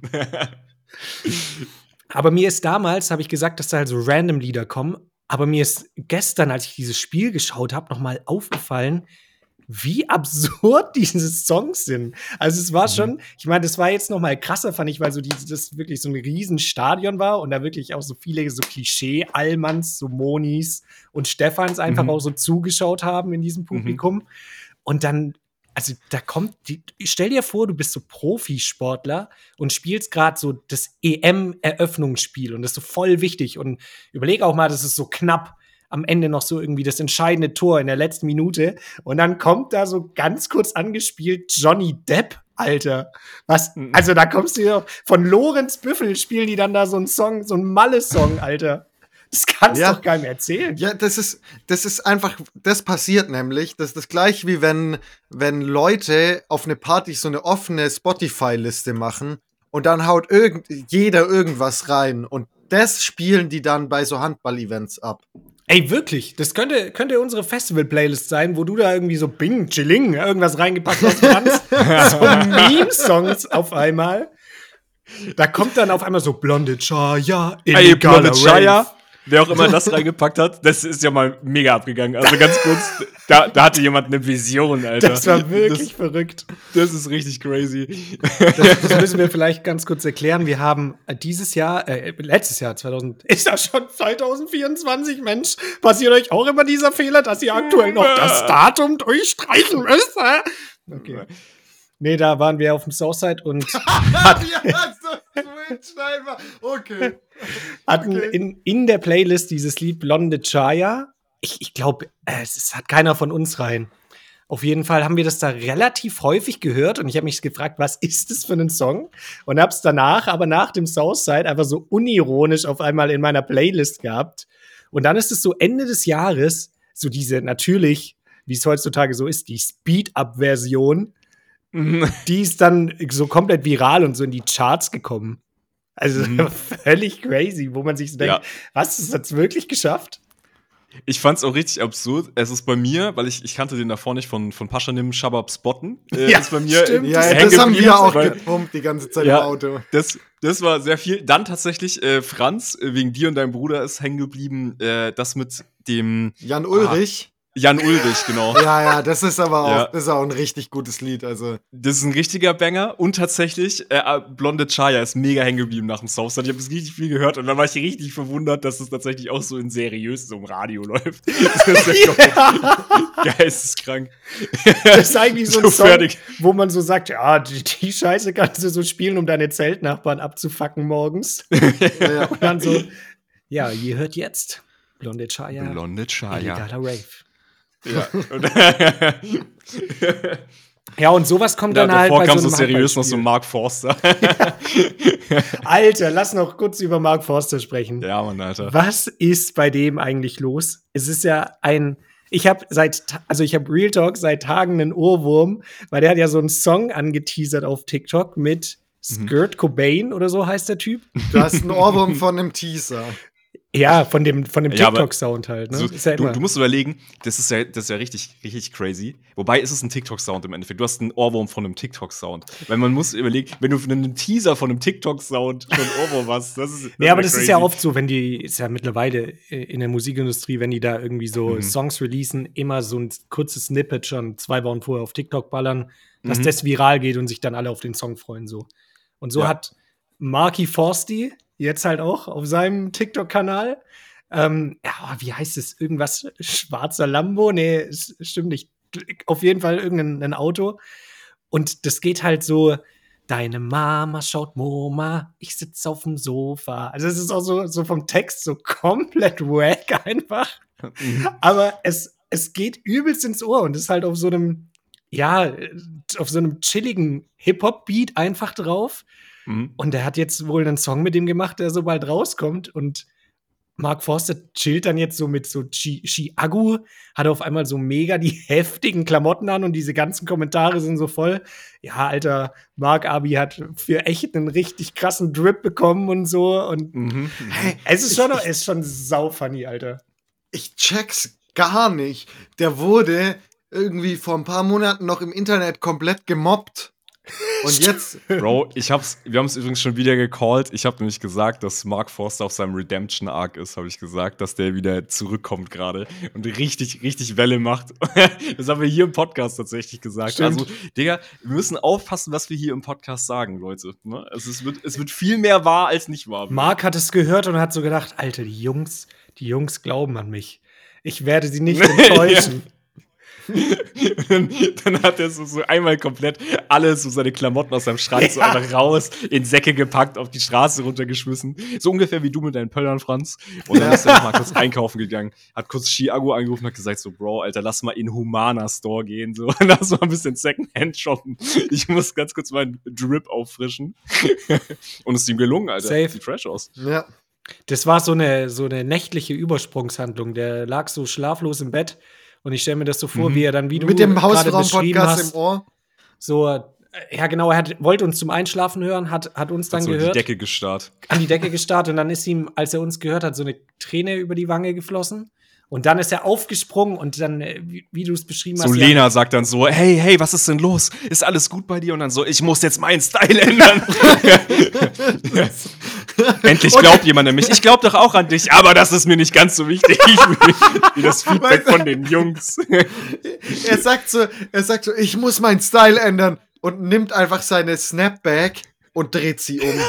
Aber mir ist damals, habe ich gesagt, dass da halt so random Lieder kommen, aber mir ist gestern, als ich dieses Spiel geschaut habe, nochmal aufgefallen, wie absurd diese Songs sind. Also es war schon, ich meine, das war jetzt nochmal krasser, fand ich, weil so das wirklich so ein Riesenstadion war und da wirklich auch so viele so Klischee-Allmanns, so Monis und Stephans einfach auch so zugeschaut haben in diesem Publikum. Und dann also da stell dir vor, du bist so Profisportler und spielst gerade so das EM-Eröffnungsspiel und das ist so voll wichtig und überleg auch mal, das ist so knapp am Ende noch so irgendwie das entscheidende Tor in der letzten Minute und dann kommt da so ganz kurz angespielt Johnny Depp, Alter. Was? Also da kommst du ja von Lorenz Büffel spielen die dann da so einen Song, so einen Malle-Song, Alter. Das kannst du doch keinem erzählen. Ja, das ist einfach, das passiert nämlich. Das ist das gleiche wie wenn Leute auf eine Party so eine offene Spotify-Liste machen und dann haut jeder irgendwas rein und das spielen die dann bei so Handball-Events ab. Ey, wirklich, das könnte unsere Festival-Playlist sein, wo du da irgendwie so Bing, Chilling, irgendwas reingepackt hast. So Meme-Songs auf einmal. Da kommt dann auf einmal so Blonde Chaya, Blonde Chaya. Wer auch immer das reingepackt hat, das ist ja mal mega abgegangen. Also ganz kurz, da hatte jemand eine Vision, Alter. Das war wirklich verrückt. Das ist richtig crazy. Das müssen wir vielleicht ganz kurz erklären. Wir haben letztes Jahr, ist das schon 2024, Mensch? Passiert euch auch immer dieser Fehler, dass ihr aktuell noch das Datum durchstreichen müsst? Okay. Nee, da waren wir auf dem Southside und hatten in der Playlist dieses Lied Blonde Chaya. Ich glaube, es hat keiner von uns rein. Auf jeden Fall haben wir das da relativ häufig gehört und ich habe mich gefragt, was ist das für ein Song? Und hab's danach, aber nach dem Southside einfach so unironisch auf einmal in meiner Playlist gehabt. Und dann ist es so Ende des Jahres, so diese natürlich, wie es heutzutage so ist, die Speed-Up-Version. Die ist dann so komplett viral und so in die Charts gekommen. Also völlig crazy, wo man sich so denkt, was, das hat's wirklich geschafft? Ich fand's auch richtig absurd. Es ist bei mir, weil ich kannte den davor nicht von Paschanim Shabab Spotten. Ist bei mir stimmt. Das haben wir auch gepumpt die ganze Zeit im Auto. Das war sehr viel. Dann tatsächlich, Franz, wegen dir und deinem Bruder ist hängen geblieben, das mit dem Jan Ulrich. Jan Ulrich, genau. Ja, das ist aber auch, das ist auch ein richtig gutes Lied. Also. Das ist ein richtiger Banger. Und tatsächlich, Blonde Chaya ist mega hängen geblieben nach dem Southside. Ich habe das richtig viel gehört und dann war ich richtig verwundert, dass es tatsächlich auch so in seriös so im Radio läuft. Das ist ja geisteskrank. Das ist eigentlich so ein Song, fertig, wo man so sagt, ja, die Scheiße kannst du so spielen, um deine Zeltnachbarn abzufacken morgens. Und dann so, ja, ihr hört jetzt Blonde Chaya. Blonde Chaya. Illegaler Rave. Ja. Ja, und sowas kommt dann halt bei so kam so seriös noch so Mark Forster. Alter, lass noch kurz über Mark Forster sprechen. Ja, Mann, Alter. Was ist bei dem eigentlich los? Es ist ja ich habe Real Talk seit Tagen einen Ohrwurm, weil der hat ja so einen Song angeteasert auf TikTok mit Skirt Cobain oder so heißt der Typ. Du hast einen Ohrwurm von einem Teaser. Ja, von dem TikTok-Sound halt. Ne? So, du musst überlegen, das ist ja richtig, richtig crazy. Wobei ist es ein TikTok-Sound im Endeffekt. Du hast einen Ohrwurm von einem TikTok-Sound. Weil man muss überlegen, wenn du einen Teaser von einem TikTok-Sound schon Ohrwurm hast, das ist ja, aber das ist ja oft so, wenn ist ja mittlerweile in der Musikindustrie, wenn die da irgendwie so Songs releasen, immer so ein kurzes Snippet schon 2 Wochen vorher auf TikTok ballern, dass das viral geht und sich dann alle auf den Song freuen. So. Und so hat Marky Forsty jetzt halt auch auf seinem TikTok-Kanal. Wie heißt es? Irgendwas schwarzer Lambo? Nee, es stimmt nicht. Auf jeden Fall irgendein Auto. Und das geht halt so: Deine Mama schaut MoMA, ich sitze auf dem Sofa. Also es ist auch so vom Text so komplett wack einfach. Aber es geht übelst ins Ohr und ist halt auf so einem chilligen Hip-Hop-Beat einfach drauf. Und er hat jetzt wohl einen Song mit dem gemacht, der so bald rauskommt. Und Mark Forster chillt dann jetzt so mit so Chiagu, hat auf einmal so mega die heftigen Klamotten an und diese ganzen Kommentare sind so voll. Ja, Alter, Mark Abi hat für echt einen richtig krassen Drip bekommen und so. Und hey, es ist schon sau funny, Alter. Ich check's gar nicht. Der wurde irgendwie vor ein paar Monaten noch im Internet komplett gemobbt. Und jetzt. Bro, wir haben es übrigens schon wieder gecallt. Ich habe nämlich gesagt, dass Mark Forster auf seinem Redemption-Arc ist, habe ich gesagt, dass der wieder zurückkommt gerade und richtig, richtig Welle macht. Das haben wir hier im Podcast tatsächlich gesagt. Stimmt. Also, Digga, wir müssen aufpassen, was wir hier im Podcast sagen, Leute. Ne? Es wird viel mehr wahr als nicht wahr. Mark hat es gehört und hat so gedacht, Alter, die Jungs glauben an mich. Ich werde sie nicht enttäuschen. Dann hat er so einmal komplett alles, so seine Klamotten aus seinem Schrank so einfach raus, in Säcke gepackt, auf die Straße runtergeschmissen. So ungefähr wie du mit deinen Pöllern, Franz. Und dann ist er mal kurz einkaufen gegangen, hat kurz Chiago angerufen und hat gesagt so, Bro, Alter, lass mal in Humana Store gehen, so, lass mal ein bisschen Secondhand shoppen. Ich muss ganz kurz meinen Drip auffrischen. Und es ist ihm gelungen, Alter. Safe. Sieht fresh aus. Ja. Das war so eine nächtliche Übersprungshandlung. Der lag so schlaflos im Bett. Und ich stelle mir das so vor, wie er dann, wie du mit dem gerade beschrieben Hausfrauen-Podcast hast, im Ohr. so, ja genau, er wollte uns zum Einschlafen hören, hat uns dann so gehört. An die Decke gestarrt. Und dann ist ihm, als er uns gehört hat, so eine Träne über die Wange geflossen. Und dann ist er aufgesprungen und dann, wie du es beschrieben hast. So Lena sagt dann so, hey, was ist denn los? Ist alles gut bei dir? Und dann so, ich muss jetzt meinen Style ändern. Endlich glaubt jemand an mich. Ich glaube doch auch an dich, aber das ist mir nicht ganz so wichtig wie das Feedback von den Jungs. Er sagt so, ich muss meinen Style ändern und nimmt einfach seine Snapback und dreht sie um.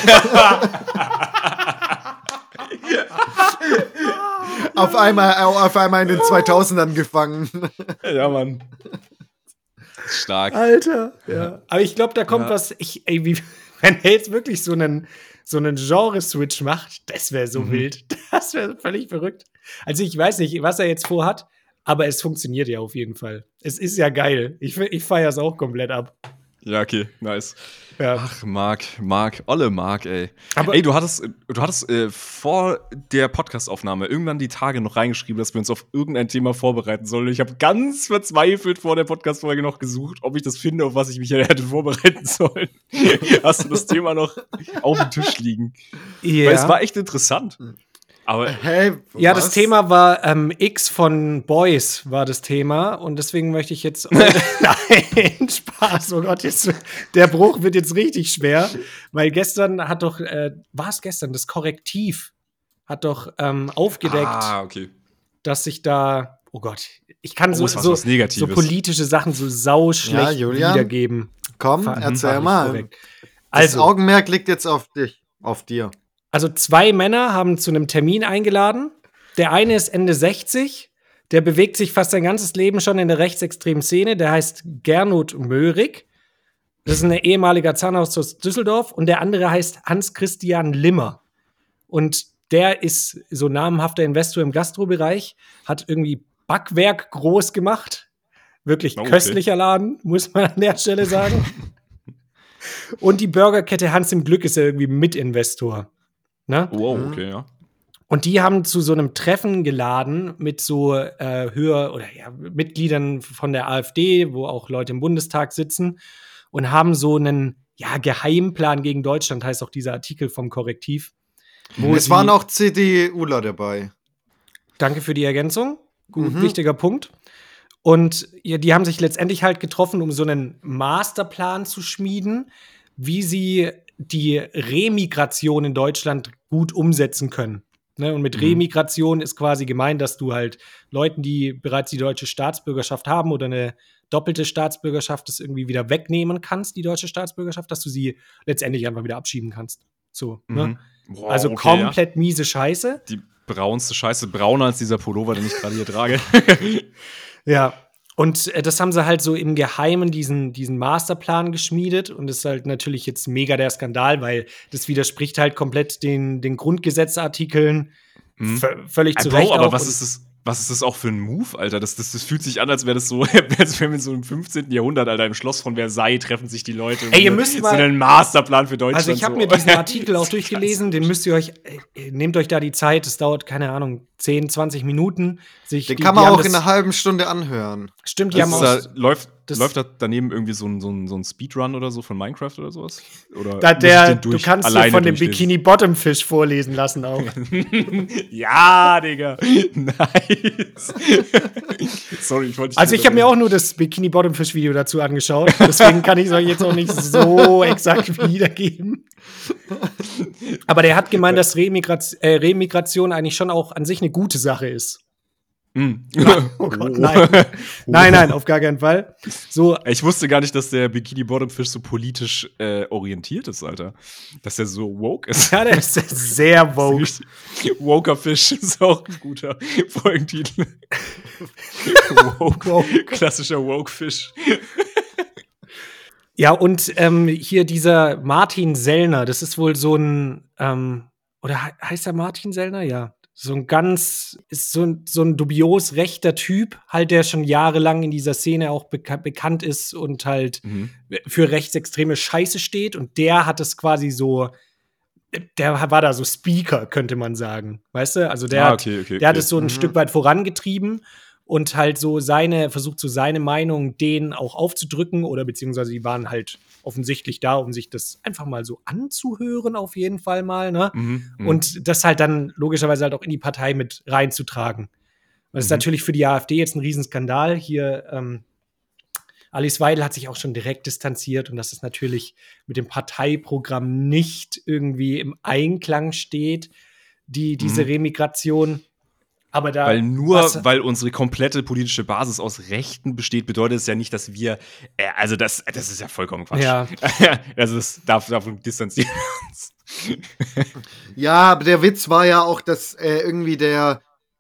Auf einmal in den 2000ern gefangen. Ja, Mann. Stark. Alter. Ja. Aber ich glaube, da kommt was. Wenn er jetzt wirklich so einen Genre-Switch macht, das wäre so wild. Das wäre völlig verrückt. Also ich weiß nicht, was er jetzt vorhat, aber es funktioniert ja auf jeden Fall. Es ist ja geil. Ich feiere es auch komplett ab. Ja, okay, nice. Ja. Ach, Mark, olle Mark, ey. Aber ey, du hattest vor der Podcastaufnahme irgendwann die Tage noch reingeschrieben, dass wir uns auf irgendein Thema vorbereiten sollen. Ich habe ganz verzweifelt vor der Podcast-Folge noch gesucht, ob ich das finde, auf was ich mich hätte vorbereiten sollen. Hast du das Thema noch auf dem Tisch liegen? Ja. Weil es war echt interessant. Aber ja, das Thema war X von Boys war das Thema und deswegen möchte ich jetzt nein, Spaß, oh Gott, der Bruch wird jetzt richtig schwer, weil gestern hat doch das Korrektiv hat doch aufgedeckt, dass sich da, oh Gott, ich kann so politische Sachen so sauschlecht wiedergeben. Komm, erzähl mal. Das Augenmerk liegt jetzt auf dir. Also 2 Männer haben zu einem Termin eingeladen. Der eine ist Ende 60. Der bewegt sich fast sein ganzes Leben schon in der rechtsextremen Szene. Der heißt Gernot Möhrig. Das ist ein ehemaliger Zahnarzt aus Düsseldorf. Und der andere heißt Hans-Christian Limmer. Und der ist so namhafter Investor im Gastrobereich. Hat irgendwie Backwerk groß gemacht. Wirklich köstlicher Laden, muss man an der Stelle sagen. Und die Burgerkette Hans im Glück ist ja irgendwie Mitinvestor. Ne? Wow, okay, ja. Und die haben zu so einem Treffen geladen mit so Mitgliedern von der AfD, wo auch Leute im Bundestag sitzen und haben so einen Geheimplan gegen Deutschland, heißt auch dieser Artikel vom Korrektiv. Es waren auch CDUler dabei. Danke für die Ergänzung. Gut, wichtiger Punkt. Und die haben sich letztendlich halt getroffen, um so einen Masterplan zu schmieden, wie sie die Remigration in Deutschland gut umsetzen können. Ne? Und mit Remigration ist quasi gemeint, dass du halt Leuten, die bereits die deutsche Staatsbürgerschaft haben oder eine doppelte Staatsbürgerschaft, das irgendwie wieder wegnehmen kannst, die deutsche Staatsbürgerschaft, dass du sie letztendlich einfach wieder abschieben kannst. So, ne? Wow, also komplett miese Scheiße. Die braunste Scheiße, brauner als dieser Pullover, den ich gerade hier trage. Ja, und das haben sie halt so im Geheimen diesen Masterplan geschmiedet und das ist halt natürlich jetzt mega der Skandal, weil das widerspricht halt komplett den Grundgesetzartikeln völlig zu Recht. Aber was ist das auch für ein Move, Alter? Das fühlt sich an, als wäre das so, als wären wir so im 15. Jahrhundert, Alter, im Schloss von Versailles treffen sich die Leute. Ey, ihr müsst mal so einen Masterplan für Deutschland. Also ich habe mir diesen Artikel auch durchgelesen, den müsst ihr euch, nehmt euch da die Zeit, es dauert, keine Ahnung, 10, 20 Minuten. Den kann man auch in einer halben Stunde anhören. Stimmt, die haben auch. Läuft da daneben irgendwie so ein Speedrun oder so von Minecraft oder sowas? Oder du kannst dir von dem Bikini-Bottom-Fisch vorlesen lassen auch. Ja, Digga. Nice. Sorry, ich wollte nicht. Also ich habe mir auch nur das Bikini-Bottom-Fisch-Video dazu angeschaut. Deswegen kann ich es euch jetzt auch nicht so exakt wiedergeben. Aber der hat gemeint, dass Remigration eigentlich schon auch an sich eine gute Sache ist. Oh Gott, nein. Nein, auf gar keinen Fall. So. Ich wusste gar nicht, dass der Bikini-Bottom-Fisch so politisch orientiert ist, Alter. Dass der so woke ist. Ja, der ist sehr woke. Woker Fisch ist auch ein guter Folgentitel. Woke. Klassischer Woke-Fisch. Ja, und hier dieser Martin Sellner, das ist wohl so ein, oder heißt er Martin Sellner? Ja. So ein dubios rechter Typ, halt, der schon jahrelang in dieser Szene auch bekannt ist und halt für rechtsextreme Scheiße steht. Und der hat es quasi so, der war da so Speaker, könnte man sagen. Weißt du? Also der hat es so ein Stück weit vorangetrieben und halt so versucht so seine Meinung denen auch aufzudrücken oder beziehungsweise die waren halt offensichtlich da, um sich das einfach mal so anzuhören, auf jeden Fall mal, ne? Und das halt dann logischerweise halt auch in die Partei mit reinzutragen. Das ist natürlich für die AfD jetzt ein Riesenskandal. Hier, Alice Weidel hat sich auch schon direkt distanziert und dass es natürlich mit dem Parteiprogramm nicht irgendwie im Einklang steht, diese Remigration. Aber weil unsere komplette politische Basis aus Rechten besteht, bedeutet es ja nicht, dass wir, also das ist ja vollkommen Quatsch. Ja. Also davon distanzieren wir uns. Ja, aber der Witz war ja auch, dass irgendwie der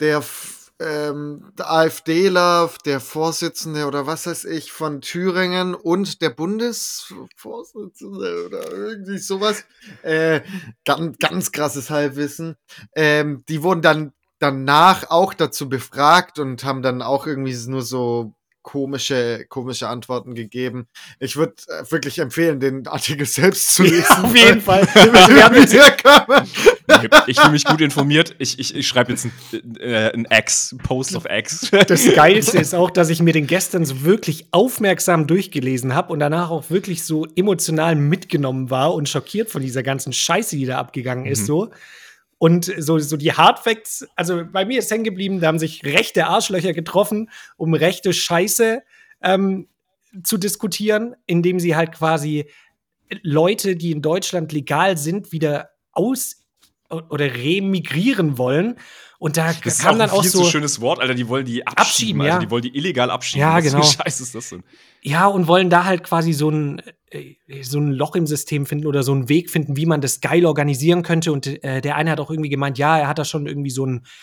AfDler, der Vorsitzende oder was weiß ich von Thüringen und der Bundesvorsitzende oder irgendwie sowas, ganz krasses Halbwissen, die wurden dann danach auch dazu befragt und haben dann auch irgendwie nur so komische Antworten gegeben. Ich würde wirklich empfehlen, den Artikel selbst zu lesen. Ja, auf jeden Fall. Ich fühle mich gut informiert. Ich schreibe jetzt ein Post auf X. Das Geilste ist auch, dass ich mir den gestern so wirklich aufmerksam durchgelesen habe und danach auch wirklich so emotional mitgenommen war und schockiert von dieser ganzen Scheiße, die da abgegangen ist, so. Und so die Hardfacts, also bei mir ist hängen geblieben, da haben sich rechte Arschlöcher getroffen, um rechte Scheiße zu diskutieren, indem sie halt quasi Leute, die in Deutschland legal sind, wieder oder remigrieren wollen. Und da das kam dann auch so ein schönes Wort, Alter, die wollen die abschieben, ja. Also die wollen die illegal abschieben. Ja, genau. Was für Scheiße ist das denn? Ja, und wollen da halt quasi so ein Loch im System finden oder so einen Weg finden, wie man das geil organisieren könnte. Und der eine hat auch irgendwie gemeint, ja, er hat da schon irgendwie so ein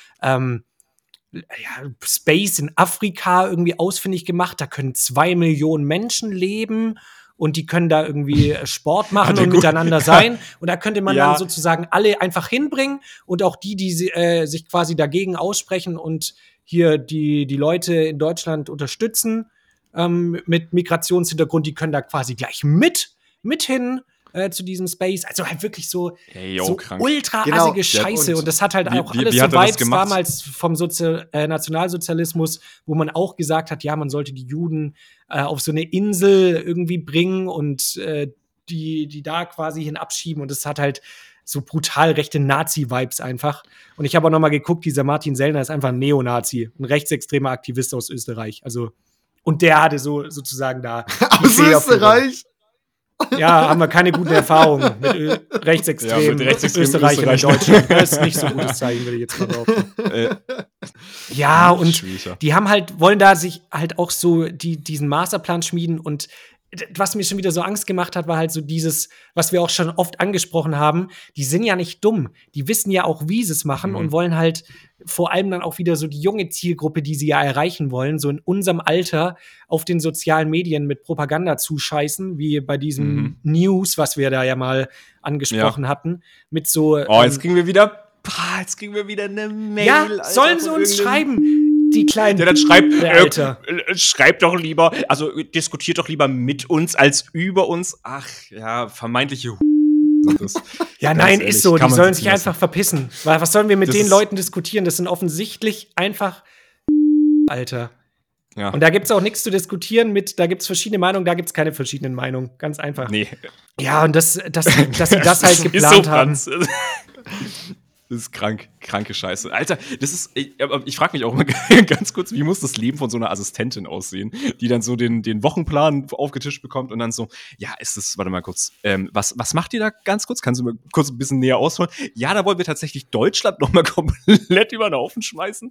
Space in Afrika irgendwie ausfindig gemacht. Da können 2 Millionen Menschen leben und die können da irgendwie Sport machen und miteinander sein. Und da könnte man dann sozusagen alle einfach hinbringen und auch die sich quasi dagegen aussprechen und hier die Leute in Deutschland unterstützen, mit Migrationshintergrund, die können da quasi gleich mit hin zu diesem Space. Also halt wirklich so ultra assige Scheiße. Und das hat halt auch alles so Vibes damals vom Nationalsozialismus, wo man auch gesagt hat, ja, man sollte die Juden auf so eine Insel irgendwie bringen und die da quasi hinabschieben. Und das hat halt so brutal rechte Nazi-Vibes einfach. Und ich habe auch noch mal geguckt, dieser Martin Sellner ist einfach ein Neonazi, ein rechtsextremer Aktivist aus Österreich. Also, und der hatte sozusagen da aus Österreich? Ja, haben wir keine guten Erfahrungen mit rechtsextremen Österreichern in Deutschland. Das ist nicht so ein gutes Zeichen, würde ich jetzt mal behaupten. Ja, und die haben halt, wollen da sich halt auch so diesen Masterplan schmieden. Und was mir schon wieder so Angst gemacht hat, war halt so dieses, was wir auch schon oft angesprochen haben, die sind ja nicht dumm. Die wissen ja auch, wie sie es machen und wollen halt vor allem dann auch wieder so die junge Zielgruppe, die sie ja erreichen wollen, so in unserem Alter auf den sozialen Medien mit Propaganda zuscheißen, wie bei diesem News, was wir da ja mal angesprochen hatten, mit so jetzt kriegen wir wieder eine Mail. Ja, Alter, sollen sie uns schreiben? Die kleinen. Ja, dann schreibt doch lieber, also diskutiert doch lieber mit uns als über uns. Ach ja, vermeintliche Ja, nein, ehrlich, ist so. Die sollen sich einfach verpissen. Was sollen wir mit den Leuten diskutieren? Das sind offensichtlich einfach Alter. Ja. Und da gibt's auch nichts zu diskutieren da gibt's verschiedene Meinungen, da gibt's keine verschiedenen Meinungen. Ganz einfach. Nee. Ja, und dass sie das halt geplant haben. Das ist kranke Scheiße. Alter, ich frage mich auch mal ganz kurz, wie muss das Leben von so einer Assistentin aussehen, die dann so den Wochenplan aufgetischt bekommt und dann so, ja, warte mal kurz, was macht ihr da ganz kurz? Kannst du mal kurz ein bisschen näher ausholen? Ja, da wollen wir tatsächlich Deutschland noch mal komplett über den Haufen schmeißen.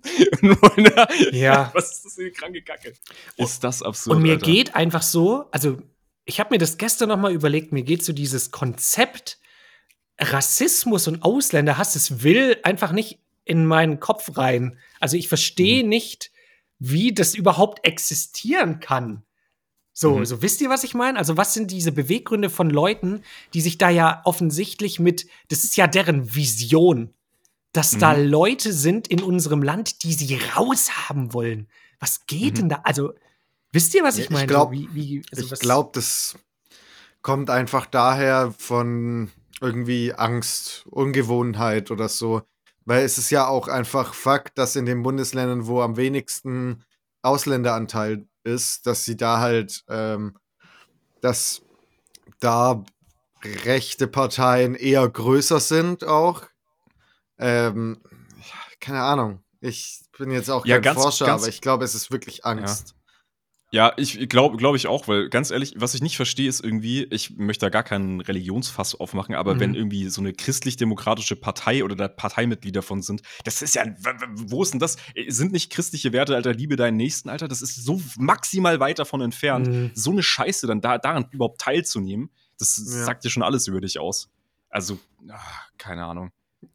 Ja. Was ist das für eine kranke Kacke? Ist das absurd, Und mir geht einfach so, also ich habe mir das gestern noch mal überlegt, mir geht so dieses Konzept Rassismus und Ausländerhass, es will einfach nicht in meinen Kopf rein. Also ich verstehe nicht, wie das überhaupt existieren kann. So wisst ihr, was ich meine? Also was sind diese Beweggründe von Leuten, die sich da ja offensichtlich das ist ja deren Vision, dass da Leute sind in unserem Land, die sie raushaben wollen. Was geht denn da? Also wisst ihr, was ich meine? Ich glaube, das kommt einfach daher von irgendwie Angst, Ungewohnheit oder so. Weil es ist ja auch einfach Fakt, dass in den Bundesländern, wo am wenigsten Ausländeranteil ist, dass sie da halt, dass da rechte Parteien eher größer sind auch. Keine Ahnung. Ich bin jetzt auch kein Forscher, aber ich glaube, es ist wirklich Angst. Ja, ich glaube ich auch, weil ganz ehrlich, was ich nicht verstehe, ist irgendwie, ich möchte da gar keinen Religionsfass aufmachen, aber wenn irgendwie so eine christlich-demokratische Partei oder da Parteimitglieder davon sind, das ist ja, wo ist denn das? Sind nicht christliche Werte, Alter, liebe deinen Nächsten, Alter, das ist so maximal weit davon entfernt, so eine Scheiße dann daran überhaupt teilzunehmen, das sagt dir schon alles über dich aus. Also, keine Ahnung.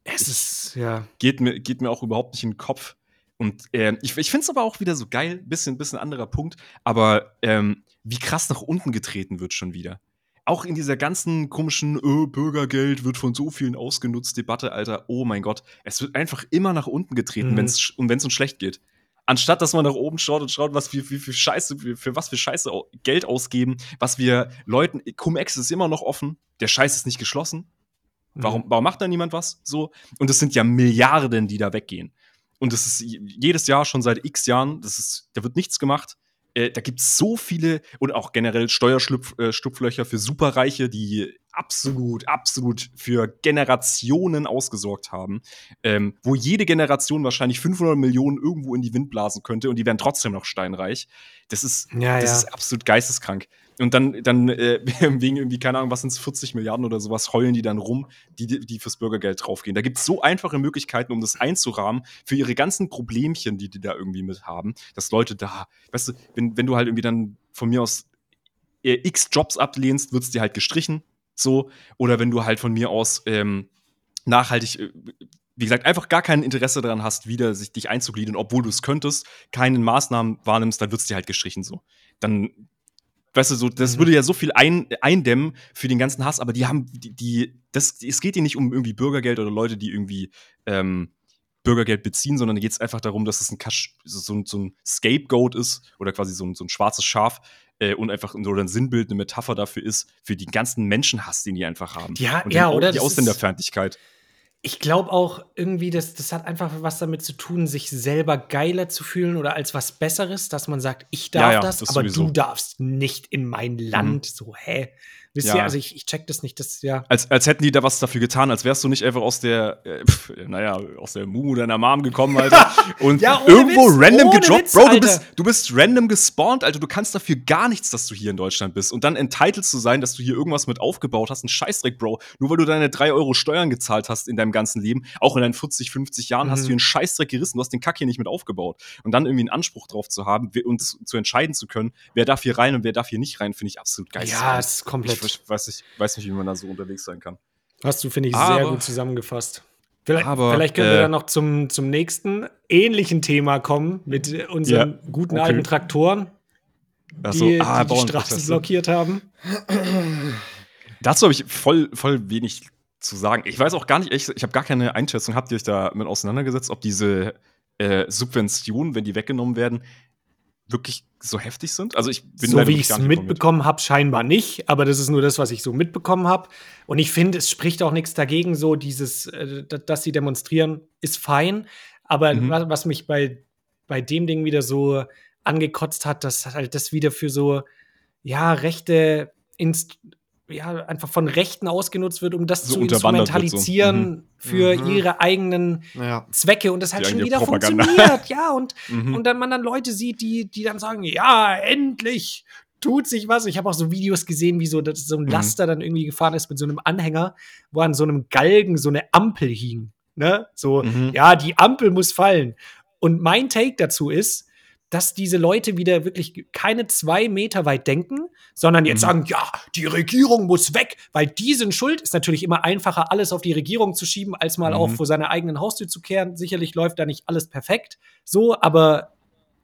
Geht mir auch überhaupt nicht in den Kopf. Und ich finde es aber auch wieder so geil, bisschen anderer Punkt, aber wie krass nach unten getreten wird schon wieder. Auch in dieser ganzen komischen Bürgergeld wird von so vielen ausgenutzt Debatte, Alter, oh mein Gott, es wird einfach immer nach unten getreten, wenn es uns schlecht geht. Anstatt, dass man nach oben schaut und schaut, was wir für Scheiße Geld ausgeben, was wir Leuten, Cum-Ex ist immer noch offen, der Scheiß ist nicht geschlossen. Warum macht da niemand was? So? Und es sind ja Milliarden, die da weggehen. Und das ist jedes Jahr schon seit x Jahren, da wird nichts gemacht. Da gibt es so viele und auch generell Steuerschlupflöcher für Superreiche, die absolut für Generationen ausgesorgt haben, wo jede Generation wahrscheinlich 500 Millionen irgendwo in die Wind blasen könnte und die wären trotzdem noch steinreich. Das ist absolut geisteskrank. Und dann wegen irgendwie, keine Ahnung, was sind es, 40 Milliarden oder sowas, heulen die dann rum, die fürs Bürgergeld draufgehen. Da gibt es so einfache Möglichkeiten, um das einzurahmen für ihre ganzen Problemchen, die da irgendwie mit haben, dass Leute da, weißt du, wenn du halt irgendwie dann von mir aus x Jobs ablehnst, wird es dir halt gestrichen, so. Oder wenn du halt von mir aus nachhaltig, wie gesagt, einfach gar kein Interesse daran hast, wieder dich einzugliedern, obwohl du es könntest, keine Maßnahmen wahrnimmst, dann wird es dir halt gestrichen, so. Dann weißt du, so, das würde ja so viel eindämmen für den ganzen Hass, aber die haben, es geht hier nicht um irgendwie Bürgergeld oder Leute, die irgendwie Bürgergeld beziehen, sondern da geht es einfach darum, dass es so ein Scapegoat ist oder quasi so ein schwarzes Schaf und einfach oder ein Sinnbild, eine Metapher dafür ist, für den ganzen Menschenhass, den die einfach haben. Ja, und oder die Ausländerfeindlichkeit. Ich glaube auch irgendwie, das hat einfach was damit zu tun, sich selber geiler zu fühlen oder als was Besseres, dass man sagt, ich darf das, aber sowieso. Du darfst nicht in mein Land. So, wisst ihr, also ich check das nicht, das ja. Als hätten die da was dafür getan, als wärst du nicht einfach aus der Mumu deiner Mom gekommen, Alter. Und irgendwo random gedroppt. Bro, du bist random gespawnt, Alter. Du kannst dafür gar nichts, dass du hier in Deutschland bist. Und dann entitled zu sein, dass du hier irgendwas mit aufgebaut hast. Ein Scheißdreck, Bro. Nur weil du deine 3 Euro Steuern gezahlt hast in deinem ganzen Leben, auch in deinen 40, 50 Jahren, hast du hier einen Scheißdreck gerissen. Du hast den Kack hier nicht mit aufgebaut. Und dann irgendwie einen Anspruch drauf zu haben und zu entscheiden zu können, wer darf hier rein und wer darf hier nicht rein, finde ich absolut geil. Ja, das ist komplett. Ich weiß nicht, wie man da so unterwegs sein kann. Hast du, finde ich, sehr gut zusammengefasst. Vielleicht können wir dann noch zum nächsten ähnlichen Thema kommen mit unseren guten alten Traktoren, die Straßen blockiert haben. Dazu habe ich voll wenig zu sagen. Ich weiß auch gar nicht, ich habe gar keine Einschätzung. Habt ihr euch da mit auseinandergesetzt, ob diese Subventionen, wenn die weggenommen werden, wirklich so heftig sind? Also ich bin so wie ich es mitbekommen habe, scheinbar nicht, aber das ist nur das, was ich so mitbekommen habe. Und ich finde, es spricht auch nichts dagegen, so dieses, dass sie demonstrieren, ist fein. Aber was mich bei dem Ding wieder so angekotzt hat, dass halt das wieder für so, rechte einfach von Rechten ausgenutzt wird, um das so zu instrumentalisieren für ihre eigenen Zwecke und das halt schon wieder funktioniert. Und dann man dann Leute sieht, die dann sagen, ja, endlich tut sich was. Ich habe auch so Videos gesehen, wie so ein Laster dann irgendwie gefahren ist mit so einem Anhänger, wo an so einem Galgen so eine Ampel hing. Ne? So, die Ampel muss fallen. Und mein Take dazu ist, dass diese Leute wieder wirklich keine 2 Meter weit denken, sondern jetzt sagen, die Regierung muss weg, weil die sind schuld. Ist natürlich immer einfacher, alles auf die Regierung zu schieben, als mal auch vor seiner eigenen Haustür zu kehren. Sicherlich läuft da nicht alles perfekt, so, aber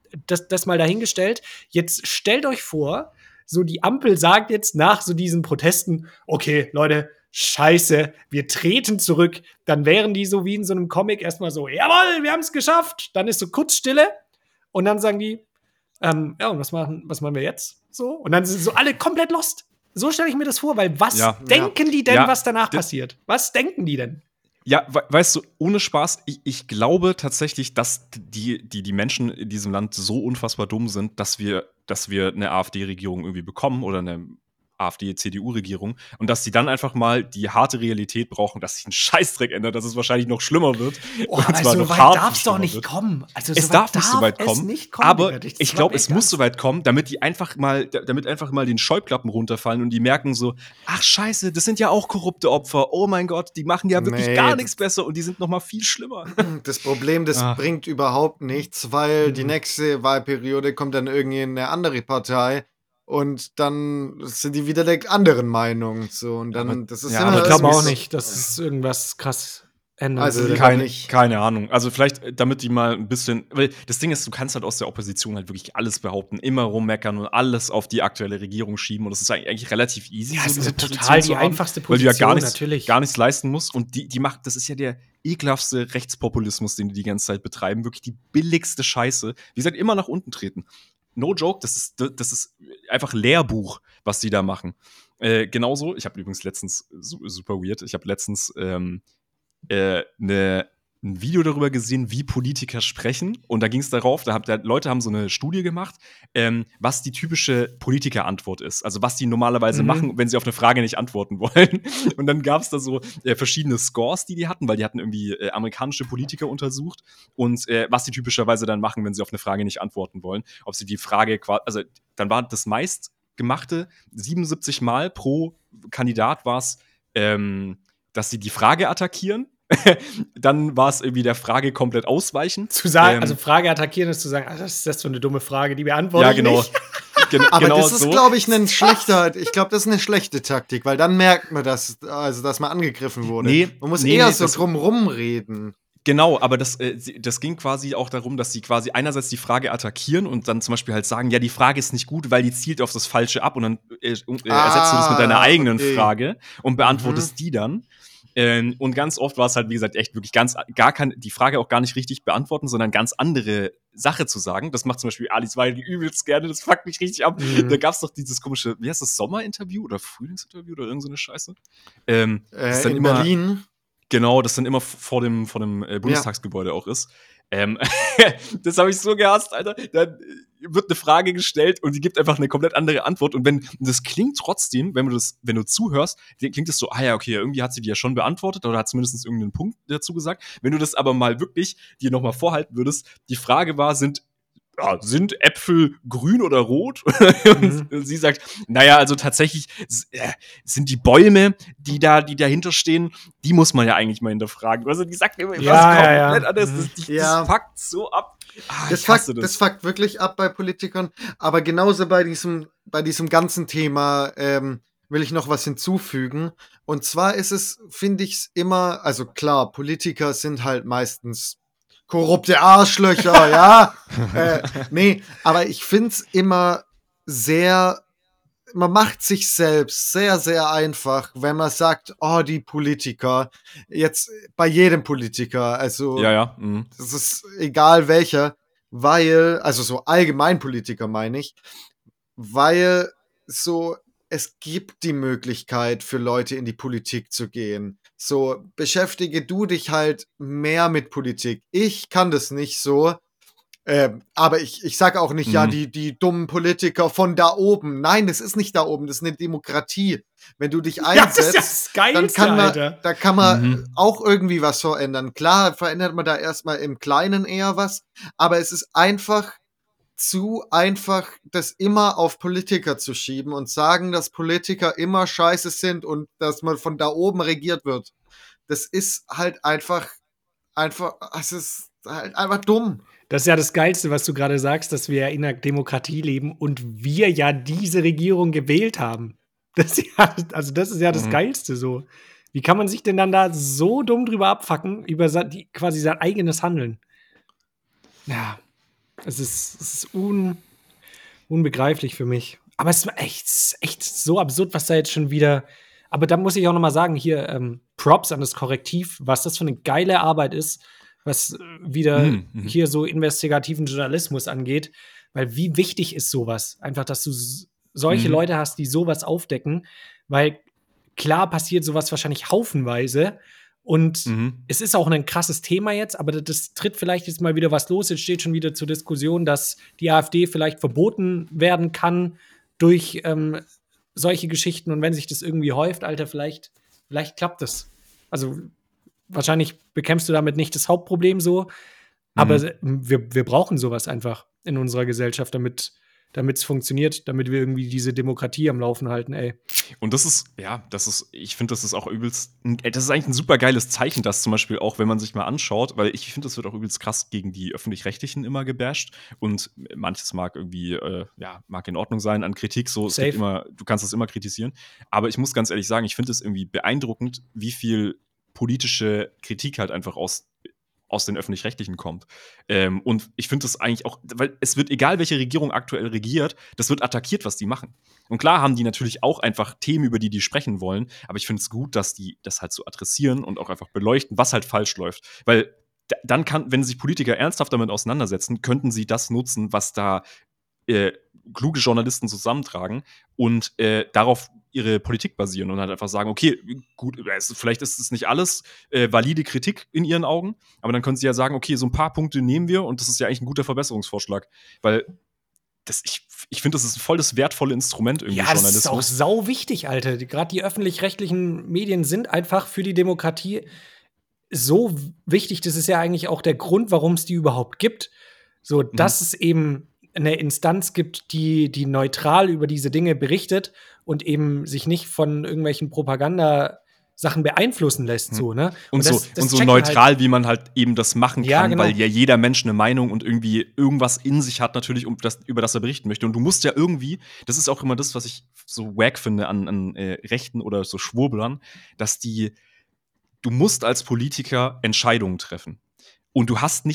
das mal dahingestellt. Jetzt stellt euch vor, so die Ampel sagt jetzt nach so diesen Protesten, okay, Leute, Scheiße, wir treten zurück. Dann wären die so wie in so einem Comic erstmal so, jawohl, wir haben es geschafft. Dann ist so kurz Stille. Und dann sagen die, und was machen wir jetzt? So? Und dann sind so alle komplett lost. So stelle ich mir das vor, weil was denken die denn, was danach passiert? Was denken die denn? Ja, weißt du, ohne Spaß, ich glaube tatsächlich, dass die Menschen in diesem Land so unfassbar dumm sind, dass wir eine AfD-Regierung irgendwie bekommen oder eine AfD-CDU-Regierung und dass sie dann einfach mal die harte Realität brauchen, dass sich ein Scheißdreck ändert, dass es wahrscheinlich noch schlimmer wird. Und zwar so weit darf es doch nicht kommen. Also es darf nicht so weit kommen, aber ich glaube, es muss so weit kommen, damit einfach mal den Scheuklappen runterfallen und die merken so, ach Scheiße, das sind ja auch korrupte Opfer. Oh mein Gott, die machen ja wirklich gar nichts besser und die sind noch mal viel schlimmer. Das Problem, das bringt überhaupt nichts, weil die nächste Wahlperiode kommt dann irgendwie eine andere Partei. Und dann sind die wieder der anderen Meinung. So, und dann, das ist aber ich glaube auch nicht, dass es irgendwas krass ändert. Also keine Ahnung. Also vielleicht, damit die mal ein bisschen, weil das Ding ist, du kannst halt aus der Opposition halt wirklich alles behaupten, immer rummeckern und alles auf die aktuelle Regierung schieben. Und das ist eigentlich relativ easy. Ja, so das ist total die einfachste Position, weil du ja gar nichts leisten musst. Und die macht, das ist ja der ekelhaftste Rechtspopulismus, den die ganze Zeit betreiben. Wirklich die billigste Scheiße. Wie gesagt, immer nach unten treten. No joke, das ist einfach Lehrbuch, was die da machen. Genauso, ich habe übrigens letztens, super weird, ich habe letztens ein Video darüber gesehen, wie Politiker sprechen. Und da ging es darauf, Leute haben so eine Studie gemacht, was die typische Politikerantwort ist. Also was die normalerweise machen, wenn sie auf eine Frage nicht antworten wollen. Und dann gab es da so verschiedene Scores, die hatten, weil die hatten irgendwie amerikanische Politiker untersucht. Und was die typischerweise dann machen, wenn sie auf eine Frage nicht antworten wollen. Ob sie die Frage also dann war das meistgemachte 77 Mal pro Kandidat war es, dass sie die Frage attackieren. Dann war es irgendwie der Frage komplett ausweichen. Zu sagen, also Frage attackieren ist zu sagen, was ist das für eine dumme Frage, die beantworte ich nicht. Aber genau das ist, glaube ich, ich glaube, das ist eine schlechte Taktik, weil dann merkt man, dass man angegriffen wurde. Man muss eher so drumrum reden. Genau, aber das ging quasi auch darum, dass sie quasi einerseits die Frage attackieren und dann zum Beispiel halt sagen, ja, die Frage ist nicht gut, weil die zielt auf das Falsche ab und dann ersetzt du das mit deiner eigenen Frage und beantwortest die dann. Und ganz oft war es halt, wie gesagt, echt wirklich die Frage auch gar nicht richtig beantworten, sondern ganz andere Sache zu sagen. Das macht zum Beispiel Alice Weidel übelst gerne, das fuckt mich richtig ab. Da gab's doch dieses komische, wie heißt das, Sommerinterview oder Frühlingsinterview oder irgend so eine Scheiße? Das dann in immer, Berlin. Genau, das dann immer vor dem Bundestagsgebäude auch ist. Das habe ich so gehasst, Alter. Dann wird eine Frage gestellt und die gibt einfach eine komplett andere Antwort. Und das klingt trotzdem, wenn du zuhörst, klingt es so, ja, okay, irgendwie hat sie die ja schon beantwortet oder hat zumindest irgendeinen Punkt dazu gesagt. Wenn du das aber mal wirklich dir nochmal vorhalten würdest, die Frage war, sind Äpfel grün oder rot? Und sie sagt, naja, also tatsächlich sind die Bäume, die dahinter stehen, die muss man ja eigentlich mal hinterfragen. Also die sagt immer was komplett anderes. Das fuckt so ab. Das fuckt wirklich ab bei Politikern. Aber genauso bei diesem ganzen Thema will ich noch was hinzufügen. Und zwar ist es, finde ich es immer, also klar, Politiker sind halt meistens korrupte Arschlöcher, ja. Nee, aber ich find's immer man macht sich selbst sehr, sehr einfach, wenn man sagt, die Politiker, jetzt bei jedem Politiker, also das ist egal welcher, also so Allgemeinpolitiker meine ich, weil so es gibt die Möglichkeit für Leute in die Politik zu gehen. So, beschäftige du dich halt mehr mit Politik. Ich kann das nicht so. Aber ich sage auch nicht, die dummen Politiker von da oben. Nein, das ist nicht da oben, das ist eine Demokratie. Wenn du dich einsetzt, das Geilste, da kann man auch irgendwie was verändern. Klar, verändert man da erstmal im Kleinen eher was, aber es ist zu einfach, das immer auf Politiker zu schieben und sagen, dass Politiker immer scheiße sind und dass man von da oben regiert wird. Das ist halt einfach, es ist halt einfach dumm. Das ist ja das Geilste, was du gerade sagst, dass wir ja in einer Demokratie leben und wir ja diese Regierung gewählt haben. Das ist ja das Geilste so. Wie kann man sich denn dann da so dumm drüber abfacken, über quasi sein eigenes Handeln? Ja, es ist unbegreiflich für mich. Aber es ist echt so absurd, was da jetzt schon wieder. Aber da muss ich auch noch mal sagen, hier Props an das Korrektiv, was das für eine geile Arbeit ist, was wieder hier so investigativen Journalismus angeht. Weil wie wichtig ist sowas? Einfach, dass du solche Leute hast, die sowas aufdecken. Weil klar passiert sowas wahrscheinlich haufenweise. Und es ist auch ein krasses Thema jetzt, aber das tritt vielleicht jetzt mal wieder was los. Jetzt steht schon wieder zur Diskussion, dass die AfD vielleicht verboten werden kann durch solche Geschichten. Und wenn sich das irgendwie häuft, Alter, vielleicht klappt das. Also wahrscheinlich bekämpfst du damit nicht das Hauptproblem so, aber wir brauchen sowas einfach in unserer Gesellschaft, damit es funktioniert, damit wir irgendwie diese Demokratie am Laufen halten, ey. Und ich finde, das ist auch das ist eigentlich ein super geiles Zeichen, dass zum Beispiel auch, wenn man sich mal anschaut, weil ich finde, das wird auch übelst krass gegen die Öffentlich-Rechtlichen immer gebasht und manches mag irgendwie, mag in Ordnung sein an Kritik, so, du kannst das immer kritisieren, aber ich muss ganz ehrlich sagen, ich finde es irgendwie beeindruckend, wie viel politische Kritik halt einfach aus den Öffentlich-Rechtlichen kommt. Und ich finde das eigentlich auch, weil es wird, egal welche Regierung aktuell regiert, das wird attackiert, was die machen. Und klar haben die natürlich auch einfach Themen, über die sprechen wollen, aber ich finde es gut, dass die das halt so adressieren und auch einfach beleuchten, was halt falsch läuft. Weil dann wenn sich Politiker ernsthaft damit auseinandersetzen, könnten sie das nutzen, was da kluge Journalisten zusammentragen und darauf ihre Politik basieren und halt einfach sagen, okay, gut, vielleicht ist es nicht alles valide Kritik in ihren Augen, aber dann können sie ja sagen, okay, so ein paar Punkte nehmen wir und das ist ja eigentlich ein guter Verbesserungsvorschlag, weil ich finde, das ist voll das wertvolle Instrument irgendwie. Ja, das ist auch sau wichtig, Alter. Gerade die öffentlich-rechtlichen Medien sind einfach für die Demokratie so wichtig. Das ist ja eigentlich auch der Grund, warum es die überhaupt gibt. So, dass es eben eine Instanz gibt, die neutral über diese Dinge berichtet und eben sich nicht von irgendwelchen Propagandasachen beeinflussen lässt, so, ne? Und so neutral, halt, wie man halt eben das machen kann, genau. Weil ja jeder Mensch eine Meinung und irgendwie irgendwas in sich hat natürlich, über das er berichten möchte. Und du musst ja irgendwie, das ist auch immer das, was ich so wack finde an Rechten oder so Schwurblern, dass du musst als Politiker Entscheidungen treffen. Und du hast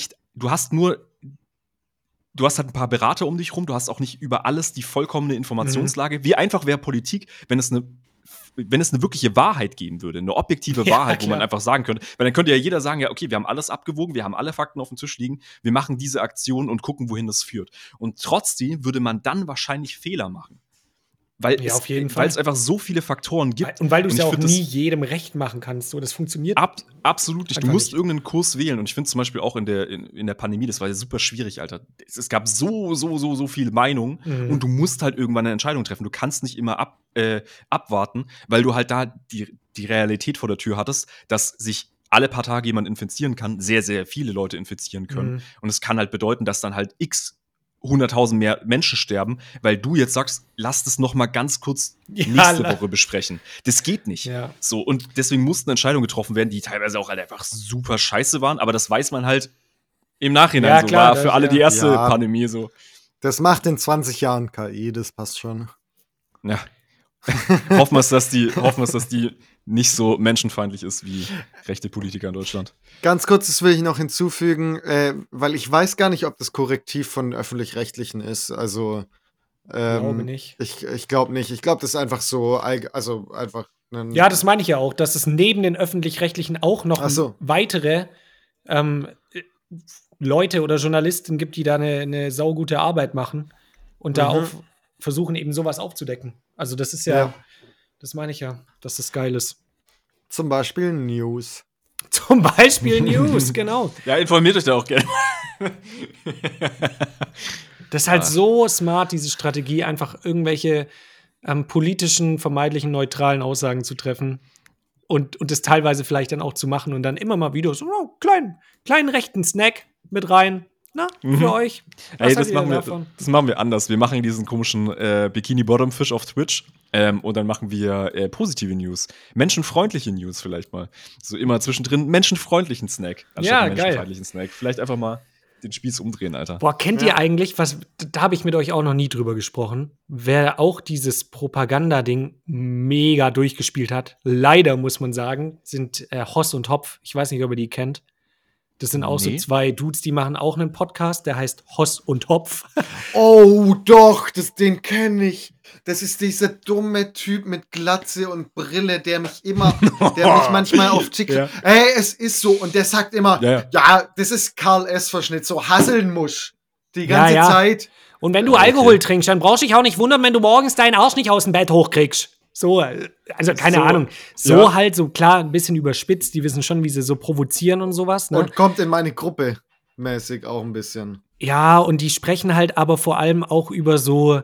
halt ein paar Berater um dich rum, du hast auch nicht über alles die vollkommene Informationslage. Wie einfach wäre Politik, wenn es eine wenn es eine wirkliche Wahrheit geben würde, eine objektive Wahrheit, wo man einfach sagen könnte, weil dann könnte ja jeder sagen, ja, okay, wir haben alles abgewogen, wir haben alle Fakten auf dem Tisch liegen, wir machen diese Aktion und gucken, wohin das führt. Und trotzdem würde man dann wahrscheinlich Fehler machen. Weil es einfach so viele Faktoren gibt. Und weil du es ja auch nie jedem recht machen kannst. So, das funktioniert absolut nicht. Du musst irgendeinen Kurs wählen. Und ich finde zum Beispiel auch in der Pandemie, das war ja super schwierig, Alter. Es gab so viele Meinungen. Und du musst halt irgendwann eine Entscheidung treffen. Du kannst nicht immer abwarten, weil du halt da die Realität vor der Tür hattest, dass sich alle paar Tage jemand infizieren kann, sehr, sehr viele Leute infizieren können. Und es kann halt bedeuten, dass dann halt 100.000 mehr Menschen sterben, weil du jetzt sagst, lass das noch mal ganz kurz nächste Woche besprechen. Das geht nicht. Ja. So, und deswegen mussten Entscheidungen getroffen werden, die teilweise auch halt einfach super scheiße waren, aber das weiß man halt im Nachhinein. Ja, so klar, war für alle die erste Pandemie so. Das macht in 20 Jahren KI, das passt schon. Ja. Hoffen wir es, dass die nicht so menschenfeindlich ist wie rechte Politiker in Deutschland. Ganz kurz, das will ich noch hinzufügen, weil ich weiß gar nicht, ob das Korrektiv von Öffentlich-Rechtlichen ist. Also, glaube nicht. Ich glaube nicht. Ich glaube, das ist einfach so, also einfach. Ja, das meine ich ja auch, dass es neben den Öffentlich-Rechtlichen auch noch weitere Leute oder Journalisten gibt, die da eine saugute Arbeit machen und da auch versuchen, eben sowas aufzudecken. Also das ist das meine ich ja, dass das geil ist. Zum Beispiel News. Zum Beispiel News, genau. Ja, informiert euch da auch gerne. Das ist halt so smart, diese Strategie, einfach irgendwelche politischen, vermeintlichen, neutralen Aussagen zu treffen und das teilweise vielleicht dann auch zu machen und dann immer mal wieder so kleinen rechten Snack mit rein. Na, für euch. Ey, das machen wir anders. Wir machen diesen komischen Bikini-Bottom-Fish auf Twitch und dann machen wir positive News. Menschenfreundliche News vielleicht mal. So immer zwischendrin menschenfreundlichen Snack anstatt menschenfeindlichen Snack. Vielleicht einfach mal den Spieß umdrehen, Alter. Boah, kennt ihr eigentlich, da habe ich mit euch auch noch nie drüber gesprochen, wer auch dieses Propaganda-Ding mega durchgespielt hat, leider muss man sagen, sind Hoss und Hopf. Ich weiß nicht, ob ihr die kennt. Das sind auch so zwei Dudes, die machen auch einen Podcast, der heißt Hoss und Hopf. Oh, doch, den kenne ich. Das ist dieser dumme Typ mit Glatze und Brille, der mich manchmal auf TikTok. Ey, es ist so. Und der sagt immer, ja das ist Karl S-Verschnitt, so Hasselnmusch. Die ganze Zeit. Und wenn du Alkohol trinkst, dann brauchst du dich auch nicht wundern, wenn du morgens deinen Arsch nicht aus dem Bett hochkriegst. So, also keine Ahnung. Halt so klar, ein bisschen überspitzt. Die wissen schon, wie sie so provozieren und sowas. Ne? Und kommt in meine Gruppe mäßig auch ein bisschen. Ja, und die sprechen halt aber vor allem auch über so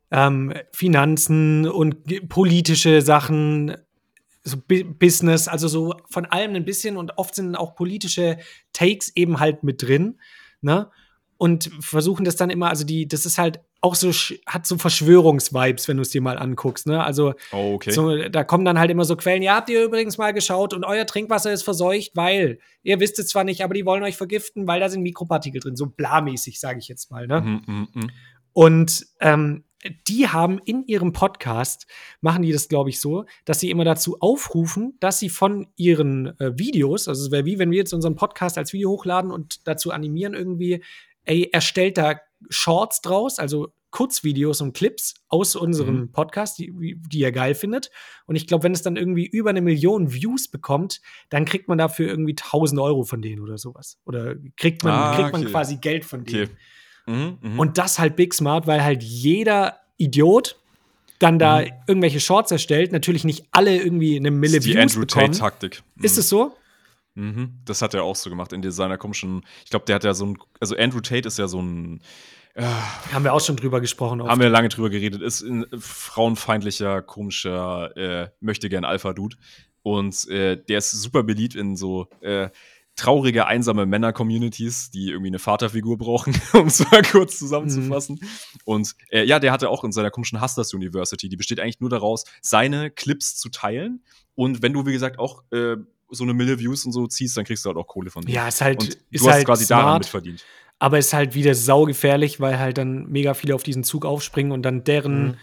Finanzen und politische Sachen, so Business, also so von allem ein bisschen. Und oft sind auch politische Takes eben halt mit drin, ne? Und versuchen das dann immer, also das ist halt auch so, hat so Verschwörungsvibes, wenn du es dir mal anguckst, ne? Also, da kommen dann halt immer so Quellen, ja, habt ihr übrigens mal geschaut und euer Trinkwasser ist verseucht, weil, ihr wisst es zwar nicht, aber die wollen euch vergiften, weil da sind Mikropartikel drin, so blamäßig, sage ich jetzt mal, ne? Und die haben in ihrem Podcast, machen die das, glaube ich, so, dass sie immer dazu aufrufen, dass sie von ihren Videos, also es wäre wie wenn wir jetzt unseren Podcast als Video hochladen und dazu animieren irgendwie, erstellt da Shorts draus, also Kurzvideos und Clips aus unserem Podcast, die ihr geil findet. Und ich glaube, wenn es dann irgendwie über 1 Million Views bekommt, dann kriegt man dafür irgendwie 1.000 Euro von denen oder sowas. Oder kriegt man quasi Geld von denen. Und das halt big smart, weil halt jeder Idiot dann da irgendwelche Shorts erstellt. Natürlich nicht alle irgendwie 1 Mille Views bekommen. Die Andrew Tate-Taktik. Ist es so? Das hat er auch so gemacht in seiner komischen, ich glaube, der hat ja so ein, also Andrew Tate ist ja so ein haben wir auch schon drüber gesprochen. Haben wir lange drüber geredet, ist ein frauenfeindlicher, komischer, möchte gern Alpha-Dude und der ist super beliebt in so traurige, einsame Männer-Communities, die irgendwie eine Vaterfigur brauchen, um es mal kurz zusammenzufassen. Und der hatte auch in seiner komischen Hustlers University, die besteht eigentlich nur daraus, seine Clips zu teilen und wenn du, wie gesagt, auch so 1 Mille Views und so ziehst, dann kriegst du halt auch Kohle von denen. Ja, ist halt und du ist hast halt quasi smart, daran mitverdient. Aber ist halt wieder saugefährlich, weil halt dann mega viele auf diesen Zug aufspringen und dann deren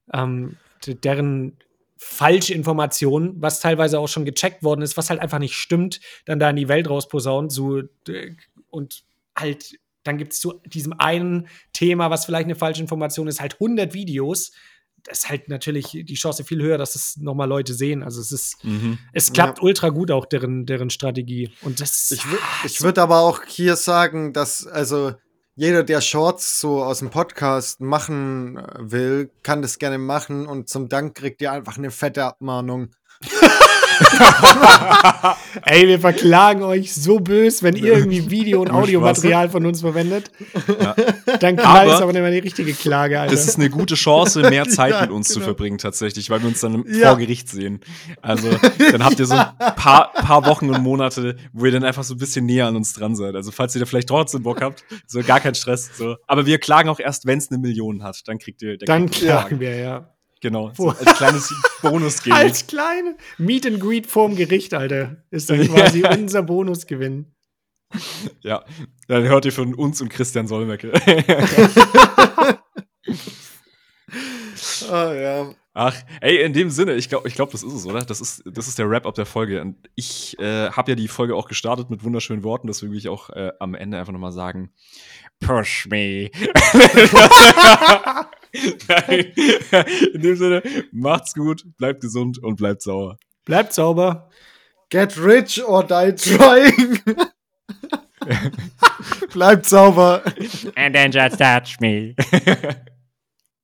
Falschinformationen, was teilweise auch schon gecheckt worden ist, was halt einfach nicht stimmt, dann da in die Welt rausposaunt. So, und halt, dann gibt es zu diesem einen Thema, was vielleicht eine Falschinformation ist, halt 100 Videos, ist halt natürlich die Chance viel höher, dass es nochmal Leute sehen. Also es klappt ultra gut auch deren Strategie. Und das ich würde aber auch hier sagen, dass also jeder, der Shorts so aus dem Podcast machen will, kann das gerne machen und zum Dank kriegt ihr einfach eine fette Abmahnung. Ey, wir verklagen euch so böse, wenn ihr irgendwie Video- und Audiomaterial von uns verwendet. Ja. Dann knallt es aber nicht mehr die richtige Klage, Alter. Das ist eine gute Chance, mehr Zeit mit uns zu verbringen tatsächlich, weil wir uns dann vor Gericht sehen. Also dann habt ihr so ein paar Wochen und Monate, wo ihr dann einfach so ein bisschen näher an uns dran seid. Also falls ihr da vielleicht trotzdem Bock habt, so gar kein Stress. So. Aber wir klagen auch erst, wenn es 1 Million hat. Dann kriegt ihr klagen wir, ja. Genau, so als kleines Bonusgeld. Als kleine Meet and Greet vorm Gericht, Alter. Ist dann quasi unser Bonusgewinn. Ja, dann hört ihr von uns und Christian Solmecke. Ja. Ach, ey, in dem Sinne, ich glaub, das ist es, oder? Das ist der Wrap-up der Folge. Und ich habe ja die Folge auch gestartet mit wunderschönen Worten, deswegen will ich auch am Ende einfach nochmal sagen, push me. Nein. In dem Sinne, macht's gut, bleibt gesund und bleibt sauber. Bleibt sauber. Get rich or die trying. Bleibt sauber. And then just touch me.